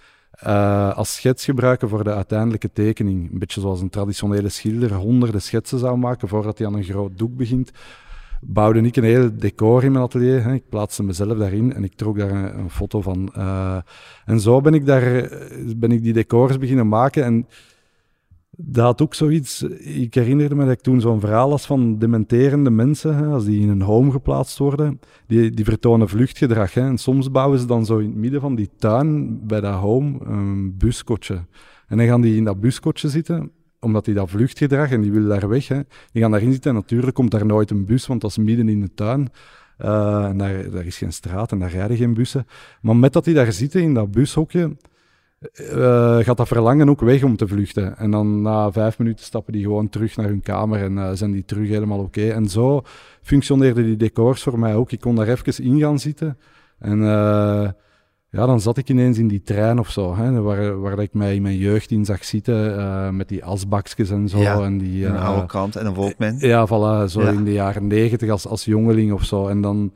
als schets gebruiken voor de uiteindelijke tekening. Een beetje zoals een traditionele schilder honderden schetsen zou maken voordat hij aan een groot doek begint. Bouwde ik een heel decor in mijn atelier. Hè. Ik plaatste mezelf daarin en ik trok daar een foto van. En zo ben ik die decors beginnen maken. En dat had ook zoiets. Ik herinnerde me dat ik toen zo'n verhaal las van dementerende mensen. Hè, als die in een home geplaatst worden, die vertonen vluchtgedrag. Hè. En soms bouwen ze dan zo in het midden van die tuin bij dat home een buskotje. En dan gaan die in dat buskotje zitten, omdat die dat vluchtgedrag en die willen daar weg. Hè. Die gaan daarin zitten en natuurlijk komt daar nooit een bus, want dat is midden in de tuin. En daar is geen straat en daar rijden geen bussen. Maar met dat die daar zitten in dat bushokje, gaat dat verlangen ook weg om te vluchten. En dan na 5 minuten stappen die gewoon terug naar hun kamer en zijn die terug helemaal oké. En zo functioneerden die decors voor mij ook. Ik kon daar even in gaan zitten en ja, dan zat ik ineens in die trein of zo, hè, waar ik mij in mijn jeugd in zag zitten, met die asbakjes en zo. Ja, en die, een oude krant en een Walkman. Ja, voilà, zo Ja. in de jaren 90 als jongeling of zo. En dan,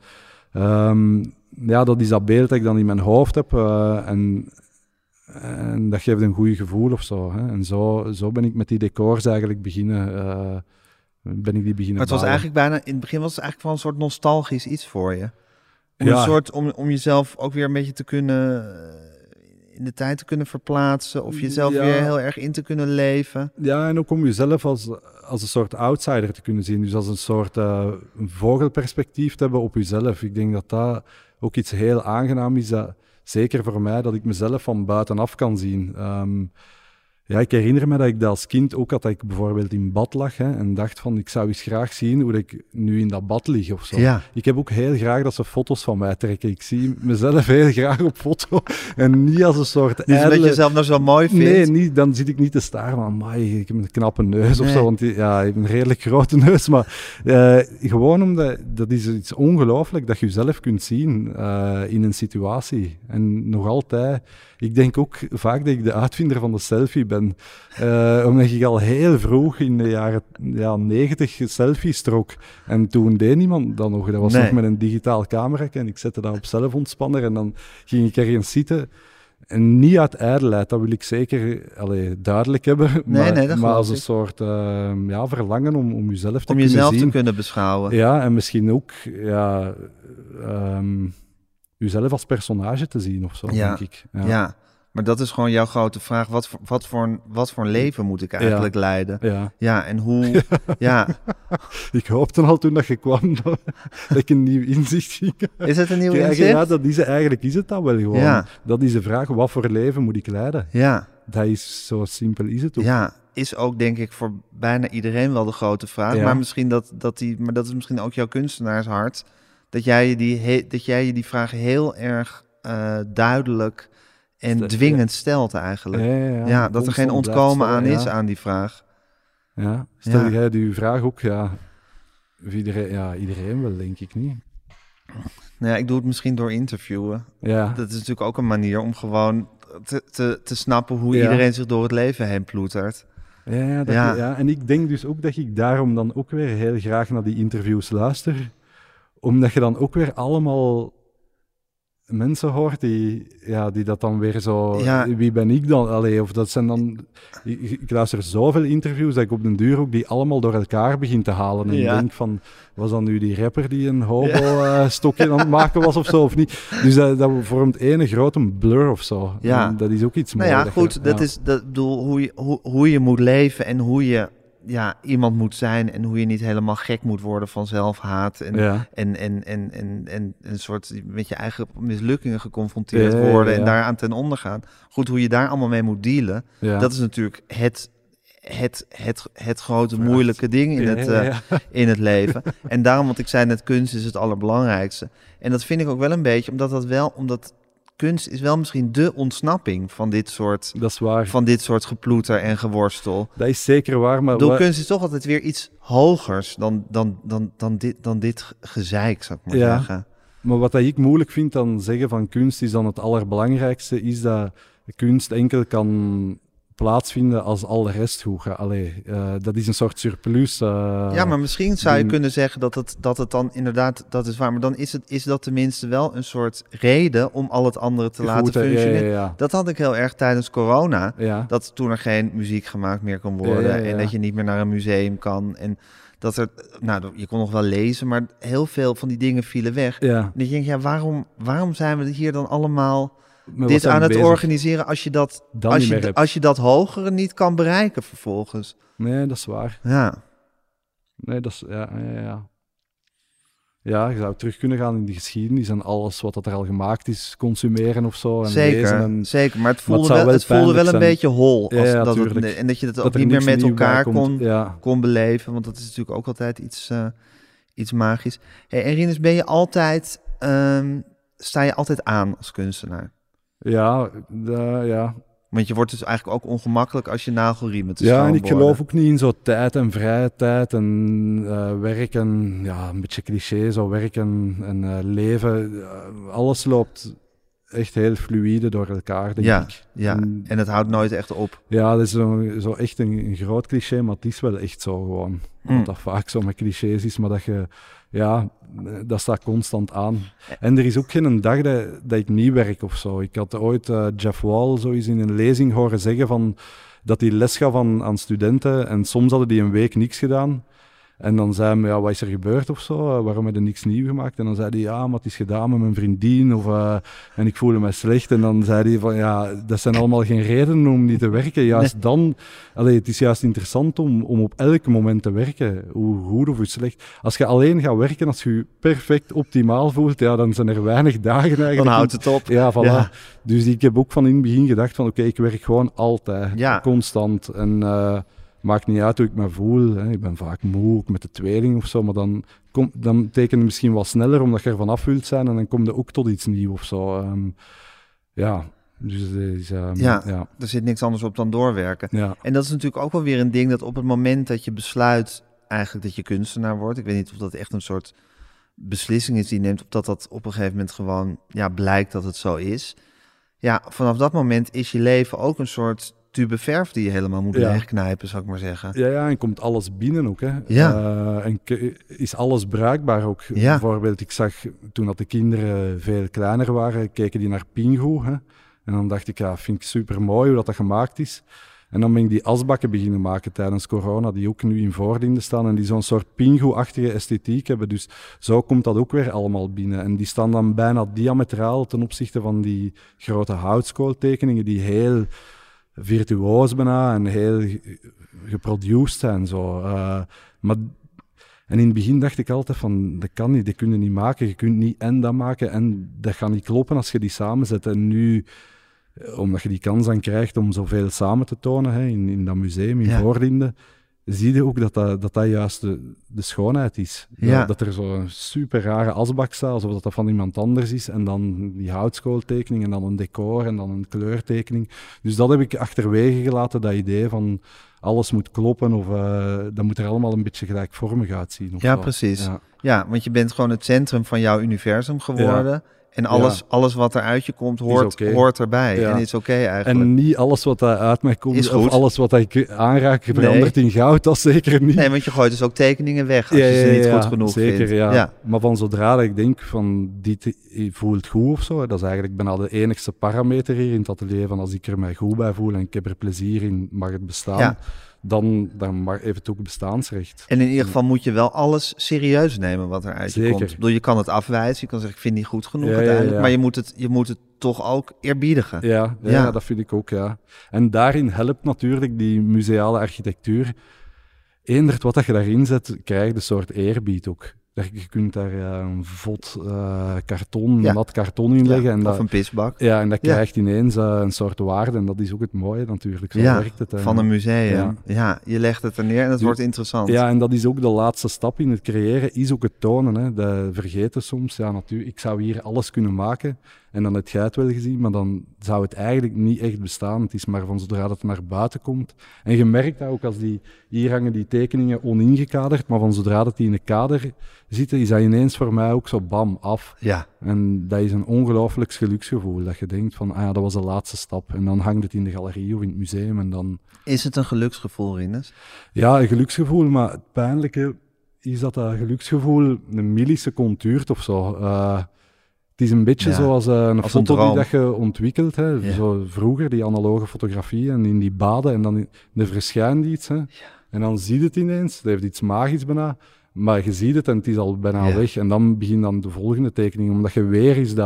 ja, dat is dat beeld dat ik dan in mijn hoofd heb. En dat geeft een goed gevoel of zo. Hè. En zo ben ik met die decors eigenlijk beginnen. Maar het was eigenlijk bijna, in het begin was het eigenlijk wel een soort nostalgisch iets voor je. Om Ja. een soort, om jezelf ook weer een beetje te kunnen, in de tijd te kunnen verplaatsen. Of jezelf Ja. weer heel erg in te kunnen leven. Ja, en ook om jezelf als een soort outsider te kunnen zien. Dus als een soort een vogelperspectief te hebben op jezelf. Ik denk dat dat ook iets heel aangenaam is. Zeker voor mij, dat ik mezelf van buitenaf kan zien. Ja, ik herinner me dat ik dat als kind ook had, dat ik bijvoorbeeld in bad lag en dacht van, ik zou eens graag zien hoe ik nu in dat bad lig of zo. Ja. Ik heb ook heel graag dat ze foto's van mij trekken. Ik zie mezelf heel graag op foto en niet als een soort Niet omdat je jezelf nou zo mooi vindt. Nee, dan zit ik niet te staren van, amai, ik heb een knappe neus of Nee. zo. Want ja, ik heb een redelijk grote neus. Maar gewoon omdat, dat is iets ongelooflijk dat je jezelf kunt zien in een situatie. En nog altijd, ik denk ook vaak dat ik de uitvinder van de selfie ben. Omdat ik al heel vroeg in de jaren 90 selfies trok. En toen deed niemand dat nog. Dat was Nee. nog met een digitaal camera en ik zette dat op zelfontspanner en dan ging ik ergens zitten. En niet uit ijdelheid, dat wil ik zeker duidelijk hebben. Nee, dat maar geloof als een ik. soort verlangen om jezelf te Om kunnen jezelf zien. te kunnen beschouwen. Ja, en misschien ook jezelf als personage te zien of zo, Ja. denk ik. Ja, maar dat is gewoon jouw grote vraag. Wat voor een leven moet ik eigenlijk leiden? Ja. Ja, en hoe... Ja. Ik hoopte al toen dat je kwam dat ik een nieuw inzicht ging Is het een nieuw krijgen. inzicht? Ja, eigenlijk is het dat wel gewoon. Ja. Dat is de vraag, wat voor leven moet ik leiden? Ja. Dat is zo simpel is het ook. Ja, is ook denk ik voor bijna iedereen wel de grote vraag. Ja. Maar misschien maar dat is misschien ook jouw kunstenaarshart. Dat jij je die vraag heel erg duidelijk en dwingend stelt eigenlijk. Ja, dat er geen Constant ontkomen blijft aan vallen, is ja. aan die vraag. Ja, stel Ja. jij die vraag ook, ja. Of iedereen wel, denk ik niet. Nou ja, ik doe het misschien door interviewen. Ja. Dat is natuurlijk ook een manier om gewoon te snappen hoe Ja. iedereen zich door het leven heen ploetert. Ja, en ik denk dus ook dat ik daarom dan ook weer heel graag naar die interviews luister. Omdat je dan ook weer allemaal mensen hoort die dat dan weer zo... Ja. Wie ben ik dan? Allee, of dat zijn dan... Ik luister zoveel interviews dat ik op den duur ook die allemaal door elkaar begin te halen. En denk van, was dat nu die rapper die een hobo-stokje aan het maken was of zo, of niet? Dus dat vormt één grote blur of zo. Ja. En dat is ook iets Nou moois. ja, goed, dat is bedoel, hoe je moet leven en hoe je iemand moet zijn en hoe je niet helemaal gek moet worden van zelfhaat en een soort met je eigen mislukkingen geconfronteerd worden en daaraan ten onder gaan. Goed, hoe je daar allemaal mee moet dealen, dat is natuurlijk het grote moeilijke ding in het leven. En daarom, want ik zei net, kunst is het allerbelangrijkste. En dat vind ik ook wel een beetje, omdat kunst is wel misschien de ontsnapping van dit soort, dat is waar. Van dit soort geploeter en geworstel. Dat is zeker waar, maar... Kunst is toch altijd weer iets hogers dan dit gezeik, zou ik maar zeggen. Maar wat ik moeilijk vind dan zeggen van kunst is dan het allerbelangrijkste, is dat kunst enkel kan plaatsvinden als al de rest goed gaat. Dat is een soort surplus. Ja, maar misschien zou je kunnen zeggen dat het dan inderdaad, dat is waar, maar dan is dat tenminste wel een soort reden om al het andere te laten functioneren. Ja. Dat had ik heel erg tijdens corona, dat toen er geen muziek gemaakt meer kon worden en dat je niet meer naar een museum kan en dat er, je kon nog wel lezen, maar heel veel van die dingen vielen weg. Ja. En dan denk je, waarom zijn we hier dan allemaal dit aan het organiseren als je dat hogere niet kan bereiken vervolgens? Nee, dat is waar. Ja. Nee, dat is... Ja. Ja, je zou terug kunnen gaan in de geschiedenis en alles wat er al gemaakt is, consumeren of zo. En zeker. Maar het voelde wel een beetje hol. En dat je dat ook niet meer met elkaar kon beleven. Want dat is natuurlijk ook altijd iets magisch. Hey, en Rinus, ben je altijd... sta je altijd aan als kunstenaar? Ja. Want je wordt dus eigenlijk ook ongemakkelijk als je nagelriemen te schoon worden. Ja, en ik geloof ook niet in zo tijd en vrije tijd en werk en een beetje cliché, zo werk en leven. Alles loopt echt heel fluïde door elkaar, denk ik. Ja, en het houdt nooit echt op. Ja, dat is zo echt een groot cliché, maar het is wel echt zo gewoon. Omdat dat vaak zo met clichés is, maar dat je... Ja, dat staat constant aan. En er is ook geen dag dat ik niet werk of zo. Ik had ooit Jeff Wall zo eens in een lezing horen zeggen dat hij les gaf aan studenten en soms hadden die een week niks gedaan. En dan zei hij, wat is er gebeurd of zo? Waarom heb je niks nieuw gemaakt? En dan zei hij, maar het is gedaan met mijn vriendin en ik voelde me slecht. En dan zei hij van, dat zijn allemaal geen redenen om niet te werken. Juist dan, het is juist interessant om op elk moment te werken, hoe goed of hoe slecht. Als je alleen gaat werken, als je je perfect optimaal voelt, dan zijn er weinig dagen eigenlijk. Dan houdt het op. Ja, voilà. Ja. Dus ik heb ook van in het begin gedacht van, oké, ik werk gewoon altijd, constant. En... maakt niet uit hoe ik me voel. Hè. Ik ben vaak moe, ook met de tweeling of zo, maar dan teken je misschien wat sneller omdat je ervan af wilt zijn en dan kom je ook tot iets nieuws of zo. Dus er zit niks anders op dan doorwerken. Ja. En dat is natuurlijk ook wel weer een ding dat op het moment dat je besluit eigenlijk dat je kunstenaar wordt, ik weet niet of dat echt een soort beslissing is die je neemt, of dat op een gegeven moment gewoon blijkt dat het zo is. Ja, vanaf dat moment is je leven ook een soort tube verf die je helemaal moet leegknijpen, zou ik maar zeggen. Ja, en komt alles binnen ook, hè. Ja. En is alles bruikbaar ook. Ja. Bijvoorbeeld, ik zag toen dat de kinderen veel kleiner waren, keken die naar Pingu, hè. En dan dacht ik, vind ik super mooi hoe dat gemaakt is. En dan ben ik die asbakken beginnen maken tijdens corona, die ook nu in Voordinde staan en die zo'n soort Pingu-achtige esthetiek hebben. Dus zo komt dat ook weer allemaal binnen. En die staan dan bijna diametraal ten opzichte van die grote houtskooltekeningen die heel virtuoos bijna en heel geproduced zijn. Zo. En in het begin dacht ik altijd van, dat kan niet, dat kun je niet maken. Je kunt niet en dat maken en dat gaat niet kloppen als je die samenzet. En nu, omdat je die kans dan krijgt om zoveel samen te tonen, hè, in dat museum in Voordinde, zie je ook dat juist de schoonheid is. Ja. Dat er zo'n super rare asbak staat, alsof dat van iemand anders is. En dan die houtskooltekening en dan een decor en dan een kleurtekening. Dus dat heb ik achterwege gelaten, dat idee van alles moet kloppen of dat moet er allemaal een beetje gelijkvormig uitzien. Of Ja, zo. precies. Ja. Ja, want je bent gewoon het centrum van jouw universum geworden. Ja. En alles wat er uit je komt, oké. hoort erbij. Ja. En is oké eigenlijk. En niet alles wat uit mij komt, Is of goed. alles wat ik aanraak, verandert in goud, dat zeker niet. Nee, want je gooit dus ook tekeningen weg als je ze niet goed genoeg zeker, vindt. Ja. Maar van zodra dat ik denk van dit voelt goed of zo, dat is eigenlijk bijna de enigste parameter hier in het atelier, van als ik er mij goed bij voel en ik heb er plezier in, mag het bestaan. Ja. Dan heeft het ook bestaansrecht. En in ieder geval moet je wel alles serieus nemen wat er uit je Zeker. komt. Ik bedoel, je kan het afwijzen, je kan zeggen ik vind het niet goed genoeg Ja, uiteindelijk. ja. Maar je moet het toch ook eerbiedigen. Ja, dat vind ik ook, ja. En daarin helpt natuurlijk die museale architectuur. Eenderd wat dat je daarin zet, krijg je een soort eerbied ook. Je kunt daar een vod karton, nat karton in leggen. En of een pisbak. Ja, en dat krijgt ineens een soort waarde. En dat is ook het mooie natuurlijk. Zo werkt het. Van een museum. Ja, je legt het er neer en het wordt interessant. Ja, en dat is ook de laatste stap in het creëren, is ook het tonen. Hè. Dat vergeten soms. Ja, natuurlijk, ik zou hier alles kunnen maken. En dan heb jij het wel gezien, maar dan zou het eigenlijk niet echt bestaan. Het is maar van zodra het naar buiten komt. En je merkt dat ook als hier hangen die tekeningen oningekaderd, maar van zodra dat die in een kader zitten, is dat ineens voor mij ook zo bam, af. Ja. En dat is een ongelooflijk geluksgevoel, dat je denkt van, dat was de laatste stap. En dan hangt het in de galerie of in het museum en dan... Is het een geluksgevoel, Rinus? Ja, een geluksgevoel, maar het pijnlijke is dat geluksgevoel een milliseconde duurt of zo. Het is een beetje zoals een als foto een die dat je ontwikkelt. Hè. Ja. Zo vroeger, die analoge fotografie en in die baden. En dan er verschijnt iets. Hè. En dan zie je het ineens. Dat heeft iets magisch bijna. Maar je ziet het en het is al bijna weg. En dan begint dan de volgende tekening. Omdat je weer eens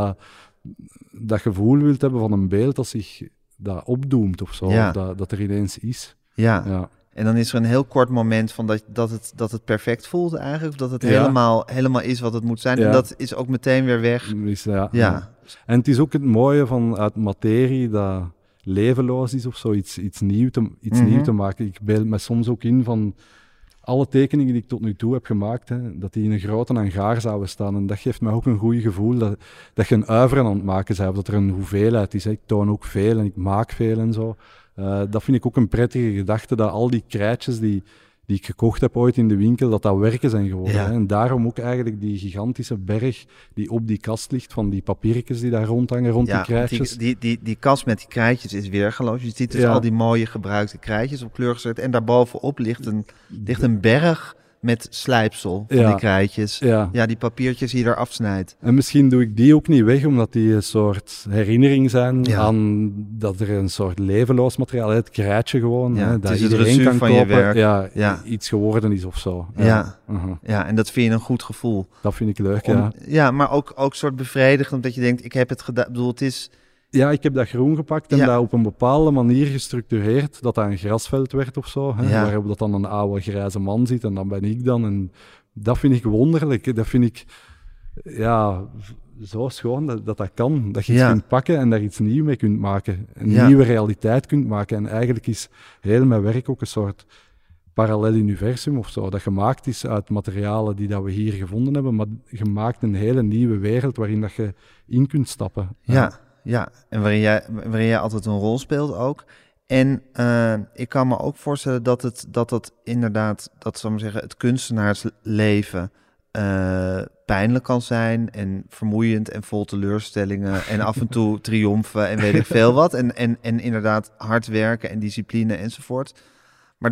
dat gevoel wilt hebben van een beeld dat zich dat opdoemt of zo. Ja. Of dat er ineens is. Ja. En dan is er een heel kort moment van dat het perfect voelt eigenlijk. Of dat het helemaal is wat het moet zijn. Ja. En dat is ook meteen weer weg. Dus, ja. En het is ook het mooie van uit materie dat levenloos is of zo, iets nieuw te maken. Ik beeld me soms ook in van alle tekeningen die ik tot nu toe heb gemaakt, hè, dat die in een grote hangaar zouden staan. En dat geeft mij ook een goed gevoel dat je een uiveren aan het maken bent, of dat er een hoeveelheid is. Hè. Ik toon ook veel en ik maak veel en zo. Dat vind ik ook een prettige gedachte, dat al die krijtjes die ik gekocht heb ooit in de winkel, dat werken zijn geworden. Ja. Hè. En daarom ook eigenlijk die gigantische berg die op die kast ligt, van die papiertjes die daar rondhangen, rond die krijtjes. Die kast met die krijtjes is weergeloos. Je ziet dus al die mooie gebruikte krijtjes op kleur gezet. En daarbovenop ligt een berg met slijpsel van die krijtjes. Ja, die papiertjes die je er afsnijdt. En misschien doe ik die ook niet weg, omdat die een soort herinnering zijn aan dat er een soort levenloos materiaal is. Het krijtje gewoon, hè, dat iedereen kan van kopen. Je werk. Iets geworden is of zo. Ja, en dat vind je een goed gevoel. Dat vind ik leuk, Ja, maar ook soort bevredigend, omdat je denkt, ik heb het gedaan. Ik bedoel, het is... Ja, ik heb dat groen gepakt en dat op een bepaalde manier gestructureerd, dat een grasveld werd of zo, hè, waarop dat dan een oude grijze man zit en dan ben ik dan. En dat vind ik wonderlijk. Dat vind ik zo schoon dat kan. Dat je iets kunt pakken en daar iets nieuws mee kunt maken. Een nieuwe realiteit kunt maken. En eigenlijk is heel mijn werk ook een soort parallel universum of zo, dat gemaakt is uit materialen die dat we hier gevonden hebben, maar gemaakt een hele nieuwe wereld waarin dat je in kunt stappen. Ja, en waarin jij altijd een rol speelt ook. En ik kan me ook voorstellen dat inderdaad, zal ik maar zeggen, het kunstenaarsleven pijnlijk kan zijn en vermoeiend en vol teleurstellingen en af en toe triomfen en weet ik veel wat. En inderdaad hard werken en discipline enzovoort. Maar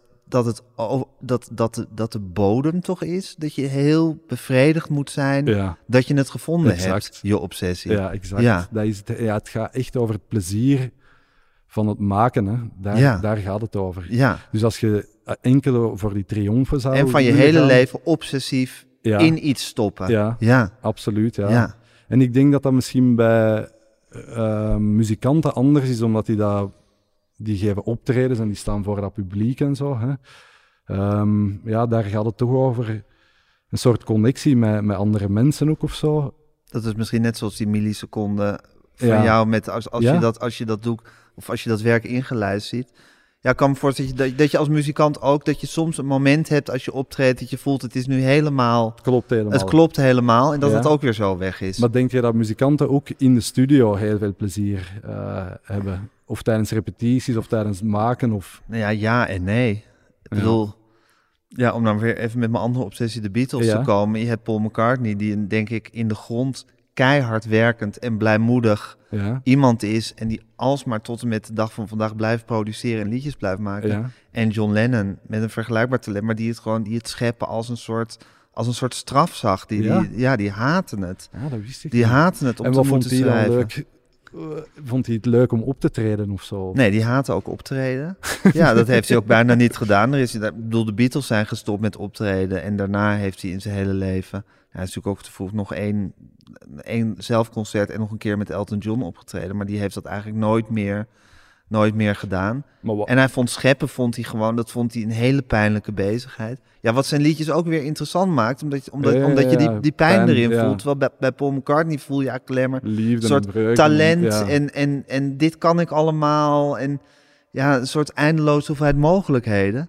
dat de bodem toch is, dat je heel bevredigd moet zijn dat je het gevonden hebt, je obsessie. Ja, exact. Ja. Het gaat echt over het plezier van het maken. Hè. Daar gaat het over. Ja. Dus als je enkel voor die triomfen zou... En van je hele leven obsessief in iets stoppen. Ja, absoluut. Ja. En ik denk dat misschien bij muzikanten anders is, omdat die geven optredens en die staan voor dat publiek en zo. Hè. Daar gaat het toch over een soort connectie met andere mensen ook of zo. Dat is misschien net zoals die milliseconden van jou met als je dat doet, of als je dat werk ingelijst ziet. Ja, ik kan me voorstellen dat je als muzikant ook, dat je soms een moment hebt als je optreedt, dat je voelt het is nu helemaal... Het klopt helemaal en dat het ook weer zo weg is. Maar denk je dat muzikanten ook in de studio heel veel plezier hebben? Of tijdens repetities of tijdens het maken? Of... Ja en nee. Ik bedoel, om dan weer even met mijn andere obsessie, de Beatles, te komen. Je hebt Paul McCartney, die denk ik in de grond keihard werkend en blijmoedig iemand is. En die alsmaar tot en met de dag van vandaag blijft produceren en liedjes blijft maken. Ja. En John Lennon met een vergelijkbaar talent, maar die het scheppen als een soort straf zag. Die haten het. Ja, dat wist ik. Die haten het om te moeten schrijven. En wat vond hij dan leuk? Vond hij het leuk om op te treden of zo? Nee, die haatte ook optreden. Ja, dat heeft hij ook bijna niet gedaan. De Beatles zijn gestopt met optreden en daarna heeft hij in zijn hele leven... Hij is natuurlijk ook te vroeg nog één zelfconcert en nog een keer met Elton John opgetreden. Maar die heeft dat eigenlijk nooit meer gedaan. En hij vond scheppen, vond hij een hele pijnlijke bezigheid. Ja, wat zijn liedjes ook weer interessant maakt, omdat je die pijn erin voelt. Terwijl bij Paul McCartney voel je eigenlijk alleen maar liefde, een soort breuk, talent en dit kan ik allemaal. En ja, een soort eindeloze hoeveelheid mogelijkheden.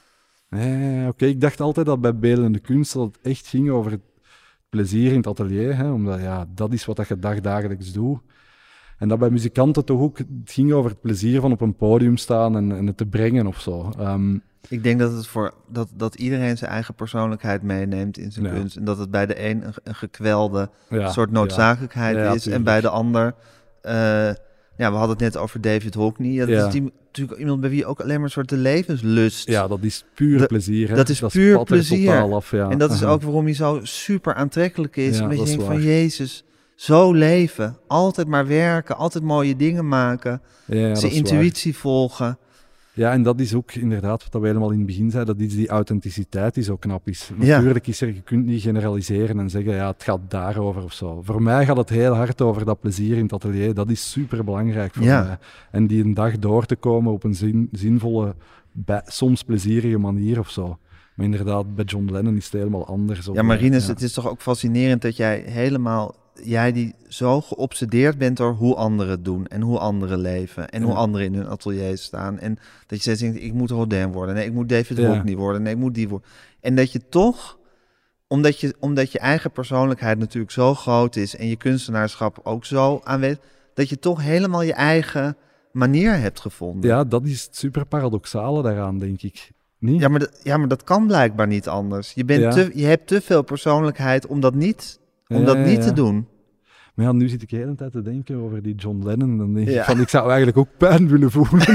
Oké. Ik dacht altijd dat bij beeldende kunst dat het echt ging over het plezier in het atelier, hè? Omdat dat is wat je dagdagelijks doet. En dat bij muzikanten toch ook, het ging over het plezier van op een podium staan en het te brengen of zo. Ik denk dat iedereen zijn eigen persoonlijkheid meeneemt in zijn kunst. En dat het bij de een gekwelde soort noodzakelijkheid is. Tuurlijk. En bij de ander... we hadden het net over David Hockney. Dat is natuurlijk iemand bij wie ook alleen maar een soort de levenslust... Ja, dat is puur plezier. Hè? Dat is puur plezier. Totaal af, En dat is ook waarom hij zo super aantrekkelijk is. Omdat je denkt van, Jezus, zo leven. Altijd maar werken, altijd mooie dingen maken. Zijn intuïtie volgen. Ja, en dat is ook inderdaad wat we helemaal in het begin zeiden, dat die authenticiteit die zo knap is. Natuurlijk je kunt niet generaliseren en zeggen, het gaat daarover of zo. Voor mij gaat het heel hard over dat plezier in het atelier. Dat is super belangrijk voor mij. En die een dag door te komen op een zinvolle, soms plezierige manier of zo. Maar inderdaad, bij John Lennon is het helemaal anders. Ja, maar Rinus, het is toch ook fascinerend dat jij die zo geobsedeerd bent door hoe anderen het doen en hoe anderen leven en hoe anderen in hun atelier staan. En dat je steeds denkt, ik moet Rodin worden, nee, ik moet David Hockney worden, nee, ik moet die worden. En dat je toch, omdat je eigen persoonlijkheid natuurlijk zo groot is en je kunstenaarschap ook zo aanwezig, dat je toch helemaal je eigen manier hebt gevonden. Ja, dat is het super paradoxale daaraan, denk ik. Niet? Ja, maar dat kan blijkbaar niet anders. Je hebt te veel persoonlijkheid om dat niet te doen. Maar nu zit ik de hele tijd te denken over die John Lennon. Dan denk ik van, ik zou eigenlijk ook pijn willen voelen.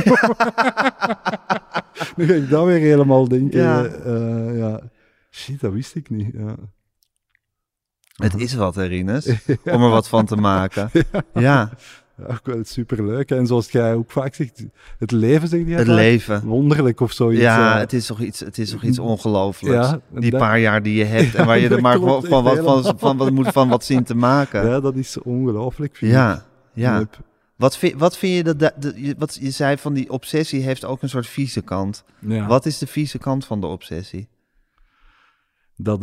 Nu ga ik dat weer helemaal denken. Shit, dat wist ik niet. Ja. Het is wat, Rinus, om er wat van te maken. Ja. Ook wel superleuk. En zoals jij ook vaak zegt, het leven, zeg je. Het leven. Wonderlijk of zoiets. Ja, het is toch iets ongelooflijks. Ja, die paar jaar die je hebt en waar je er maar van wat zien te maken. Ja, dat is ongelooflijk. Ja. Wat vind je wat je zei van die obsessie heeft ook een soort vieze kant. Ja. Wat is de vieze kant van de obsessie? Dat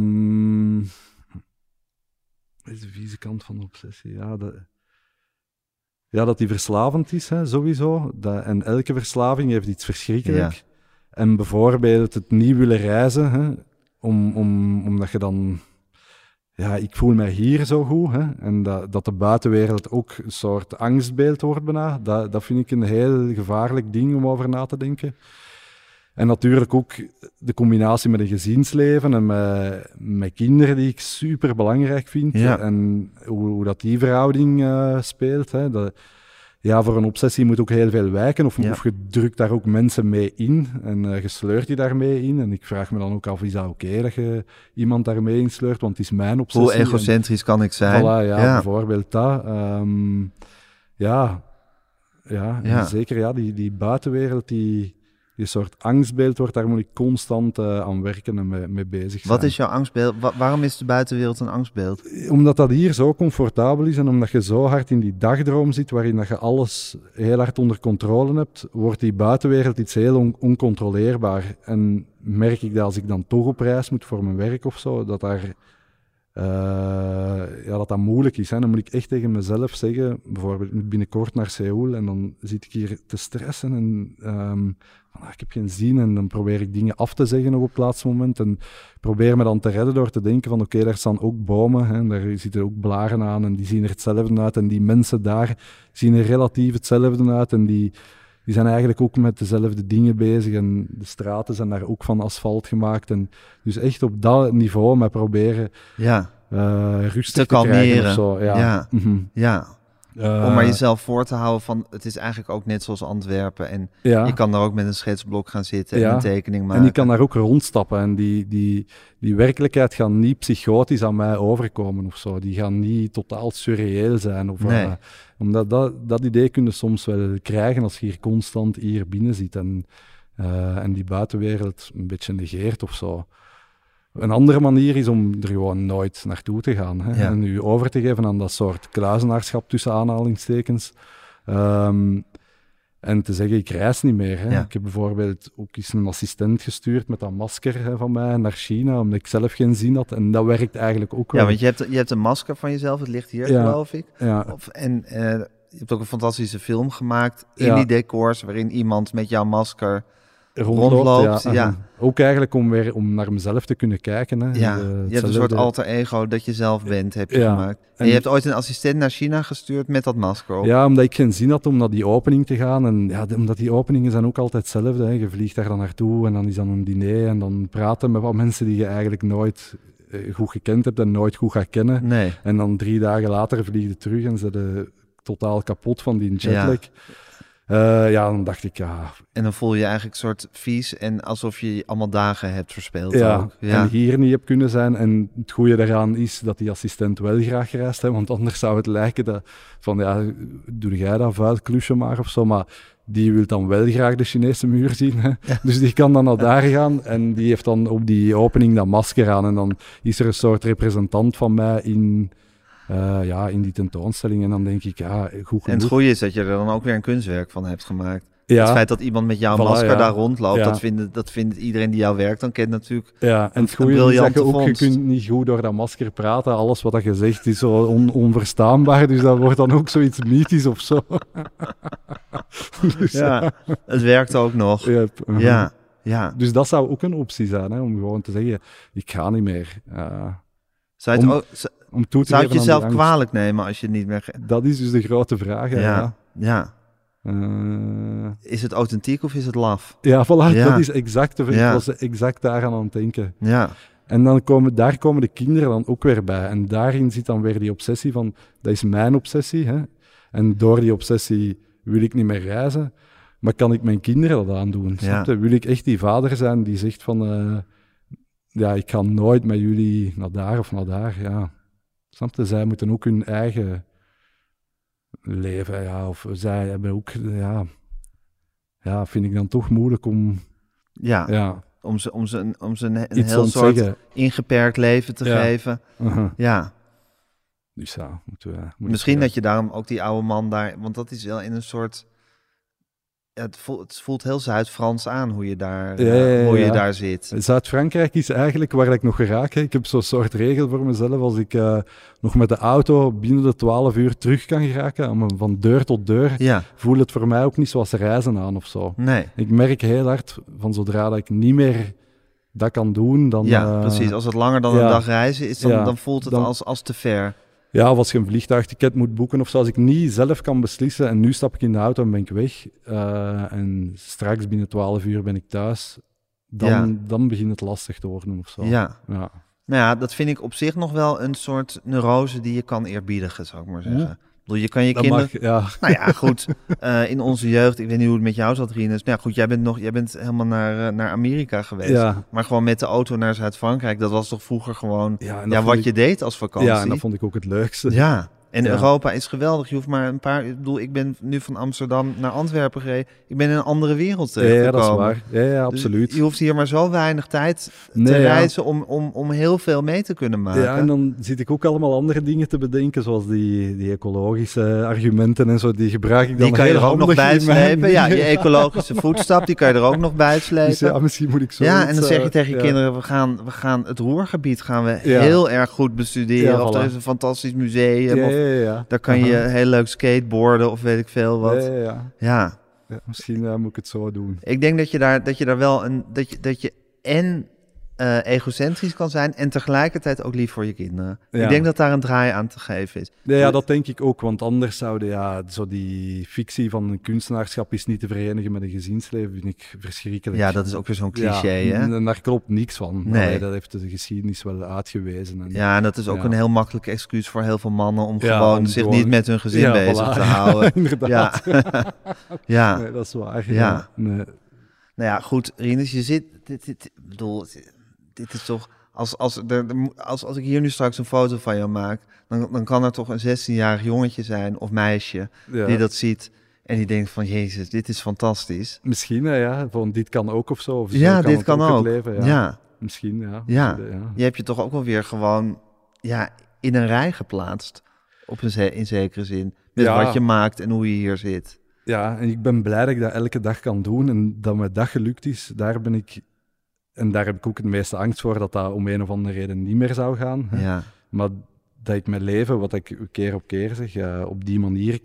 is de vieze kant van de obsessie. Ja, dat die verslavend is, hè, sowieso. En elke verslaving heeft iets verschrikkelijks. Ja. En bijvoorbeeld het niet willen reizen, hè, omdat je dan... Ja, ik voel mij hier zo goed. Hè, en dat de buitenwereld ook een soort angstbeeld wordt bijna. Dat vind ik een heel gevaarlijk ding om over na te denken. En natuurlijk ook de combinatie met een gezinsleven en met kinderen die ik super belangrijk vind. Ja. En hoe dat die verhouding speelt. Hè. Voor een obsessie moet ook heel veel wijken. Of je drukt daar ook mensen mee in. En je sleurt die daarmee in. En ik vraag me dan ook af, is dat oké dat je iemand daarmee insleurt? Want het is mijn obsessie. Hoe egocentrisch kan ik zijn? Voilà, bijvoorbeeld dat. En zeker die buitenwereld, die soort angstbeeld wordt, daar moet ik constant aan werken en mee bezig zijn. Wat is jouw angstbeeld? Waarom is de buitenwereld een angstbeeld? Omdat dat hier zo comfortabel is en omdat je zo hard in die dagdroom zit, waarin dat je alles heel hard onder controle hebt, wordt die buitenwereld iets heel oncontroleerbaar. En merk ik dat als ik dan toch op reis moet voor mijn werk of zo, dat daar dat moeilijk is. Hè. Dan moet ik echt tegen mezelf zeggen, bijvoorbeeld ik moet binnenkort naar Seoul en dan zit ik hier te stressen en ik heb geen zin en dan probeer ik dingen af te zeggen op het laatste moment en probeer me dan te redden door te denken van oké, daar staan ook bomen, hè, daar zitten ook blaren aan en die zien er hetzelfde uit en die mensen daar zien er relatief hetzelfde uit en die zijn eigenlijk ook met dezelfde dingen bezig en de straten zijn daar ook van asfalt gemaakt. En dus echt op dat niveau maar proberen rustig te krijgen of zo. Om maar jezelf voor te houden van het is eigenlijk ook net zoals Antwerpen. En je kan daar ook met een schetsblok gaan zitten en een tekening maken. En ik kan daar ook rondstappen en die werkelijkheid gaat niet psychotisch aan mij overkomen of zo. Die gaan niet totaal surreëel zijn. Of, omdat dat idee kun je soms wel krijgen als je hier constant hier binnen zit en die buitenwereld een beetje negeert of zo. Een andere manier is om er gewoon nooit naartoe te gaan. Hè? En u over te geven aan dat soort kluizenaarschap tussen aanhalingstekens. En te zeggen, ik reis niet meer. Hè? Ik heb bijvoorbeeld ook eens een assistent gestuurd met dat masker van mij naar China, omdat ik zelf geen zin had. En dat werkt eigenlijk ook wel. Ja, want je hebt een masker van jezelf, het ligt hier, geloof ik. Ja. Je hebt ook een fantastische film gemaakt in die decors, waarin iemand met jouw masker rondloopt. Ook eigenlijk om naar mezelf te kunnen kijken. Hè. Je hebt een soort alter ego dat je zelf bent, heb je gemaakt. En je hebt ooit een assistent naar China gestuurd met dat masker op. Ja, omdat ik geen zin had om naar die opening te gaan. En omdat die openingen zijn ook altijd hetzelfde. Hè. Je vliegt daar dan naartoe en dan is dan een diner en dan praten met wat mensen die je eigenlijk nooit goed gekend hebt en nooit goed gaat kennen. Nee. En dan 3 dagen later vlieg je terug en ze totaal kapot van die jetlag. Dan dacht ik, En dan voel je eigenlijk een soort vies en alsof je allemaal dagen hebt verspeeld. Ook. En hier niet heb kunnen zijn. En het goede daaraan is dat die assistent wel graag reist. Hè, want anders zou het lijken dat doe jij dat vuil klusje maar of zo. Maar die wil dan wel graag de Chinese muur zien. Hè. Ja. Dus die kan dan naar daar gaan en die heeft dan op die opening dat masker aan. En dan is er een soort representant van mij in die tentoonstelling. En dan denk ik, goed genoeg. En het goede is dat je er dan ook weer een kunstwerk van hebt gemaakt. Het feit dat iemand met jouw masker daar rondloopt, dat vindt iedereen die jouw werk dan kent natuurlijk en het goede is dat je kunt niet goed door dat masker praten. Alles wat je zegt is zo onverstaanbaar, dus dat wordt dan ook zoiets mythisch of zo. Dus, het werkt ook nog. Ja. Dus dat zou ook een optie zijn, hè, om gewoon te zeggen, ik ga niet meer. Zou je het jezelf kwalijk nemen als je het niet meer... Dat is dus de grote vraag. Ja. Is het authentiek of is het laf? Ja, voilà, dat is exact. Ik was exact daar aan het denken. Ja. En dan daar komen de kinderen dan ook weer bij. En daarin zit dan weer die obsessie van, dat is mijn obsessie. Hè? En door die obsessie wil ik niet meer reizen. Maar kan ik mijn kinderen dat aandoen? Snap je? Wil ik echt die vader zijn die zegt van... ik ga nooit met jullie naar daar of naar daar. Ja. Snap je? Zij moeten ook hun eigen leven, of zij hebben ook, vind ik dan toch moeilijk om... Om ze een heel soort ingeperkt leven te geven. Ja. Dus misschien dat je daarom ook die oude man daar... Want dat is wel in een soort... Het voelt heel Zuid-Frans aan hoe je daar zit. Zuid-Frankrijk is eigenlijk waar ik nog geraak. Ik heb zo'n soort regel voor mezelf. Als ik nog met de auto binnen de 12 uur terug kan geraken, van deur tot deur, voelt het voor mij ook niet zoals reizen aan of zo. Nee. Ik merk heel hard, van zodra dat ik niet meer dat kan doen, dan... Ja, precies. Als het langer dan een dag reizen is, dan voelt het als te ver. Ja, of als je een vliegtuigticket moet boeken of zo. Als ik niet zelf kan beslissen en nu stap ik in de auto en ben ik weg en straks binnen 12 uur ben ik thuis, dan begint het lastig te worden of zo. Ja. Nou ja, dat vind ik op zich nog wel een soort neurose die je kan eerbiedigen, zou ik maar zeggen. Ja. Je kan je kinderen... Nou ja, goed. In onze jeugd, ik weet niet hoe het met jou zat, Rinus. Nou ja, goed, jij bent helemaal naar Amerika geweest. Ja. Maar gewoon met de auto naar Zuid-Frankrijk, dat was toch vroeger gewoon wat je deed als vakantie? Ja, en dat vond ik ook het leukste. Ja. En Ja. Europa is geweldig. Je hoeft maar een paar... Ik bedoel, ik ben nu van Amsterdam naar Antwerpen gereden. Ik ben in een andere wereld terechtgekomen. Ja, dat is waar. Ja, absoluut. Dus je hoeft hier maar zo weinig tijd Nee, te ja. reizen om heel veel mee te kunnen maken. Ja, en dan zit ik ook allemaal andere dingen te bedenken, zoals die ecologische argumenten en zo. Die gebruik ik dan Die kan je heel er ook nog handig bij in mijn slepen. Ja, je dingen. ecologische voetstap, die kan je er ook nog bij slepen. Dus ja, misschien moet ik zo. Ja, en dan zeg je tegen je ja. kinderen, we gaan het Roergebied gaan we Ja. heel erg goed bestuderen. Ja, Of er voilà. is een fantastisch museum. Ja, Of ja. daar kan je heel leuk skateboarden of weet ik veel wat. Ja. Ja, Ja, misschien moet ik het zo doen. ik denk dat je daar wel dat je en egocentrisch kan zijn en tegelijkertijd ook lief voor je kinderen. Ja. Ik denk dat daar een draai aan te geven is. Ja, dat denk ik ook, want anders zouden zo die fictie van een kunstenaarschap is niet te verenigen met een gezinsleven, vind ik verschrikkelijk. Ja, dat is ook weer zo'n cliché, hè? En daar klopt niks van. Nee. Allee, dat heeft de geschiedenis wel uitgewezen. En, Ja, en dat is ook Ja. een heel makkelijk excuus voor heel veel mannen om Ja, gewoon om zich gewoon- niet met hun gezin Ja, bezig voilà. te houden. Inderdaad. Ja. Ja. Nee, dat is waar. Ja. Nee. Nou ja, goed, Rinus, je zit... Dit is toch... Als ik hier nu straks een foto van jou maak, dan kan er toch een 16-jarig jongetje zijn of meisje Ja. die dat ziet en die denkt van, Jezus, dit is fantastisch. Misschien, ja. Van dit kan ook of zo. Of zo Ja, dit het kan het ook. leven, ja. Ja. Misschien, ja. Ja. Ja. Je hebt je toch ook wel weer gewoon in een rij geplaatst, in zekere zin, met Ja. wat je maakt en hoe je hier zit. Ja, en ik ben blij dat ik dat elke dag kan doen en dat me dat gelukt is. Daar ben ik... En daar heb ik ook het meeste angst voor, dat dat om een of andere reden niet meer zou gaan. Hè. Ja. Maar dat ik mijn leven, wat ik keer op keer zeg, op die manier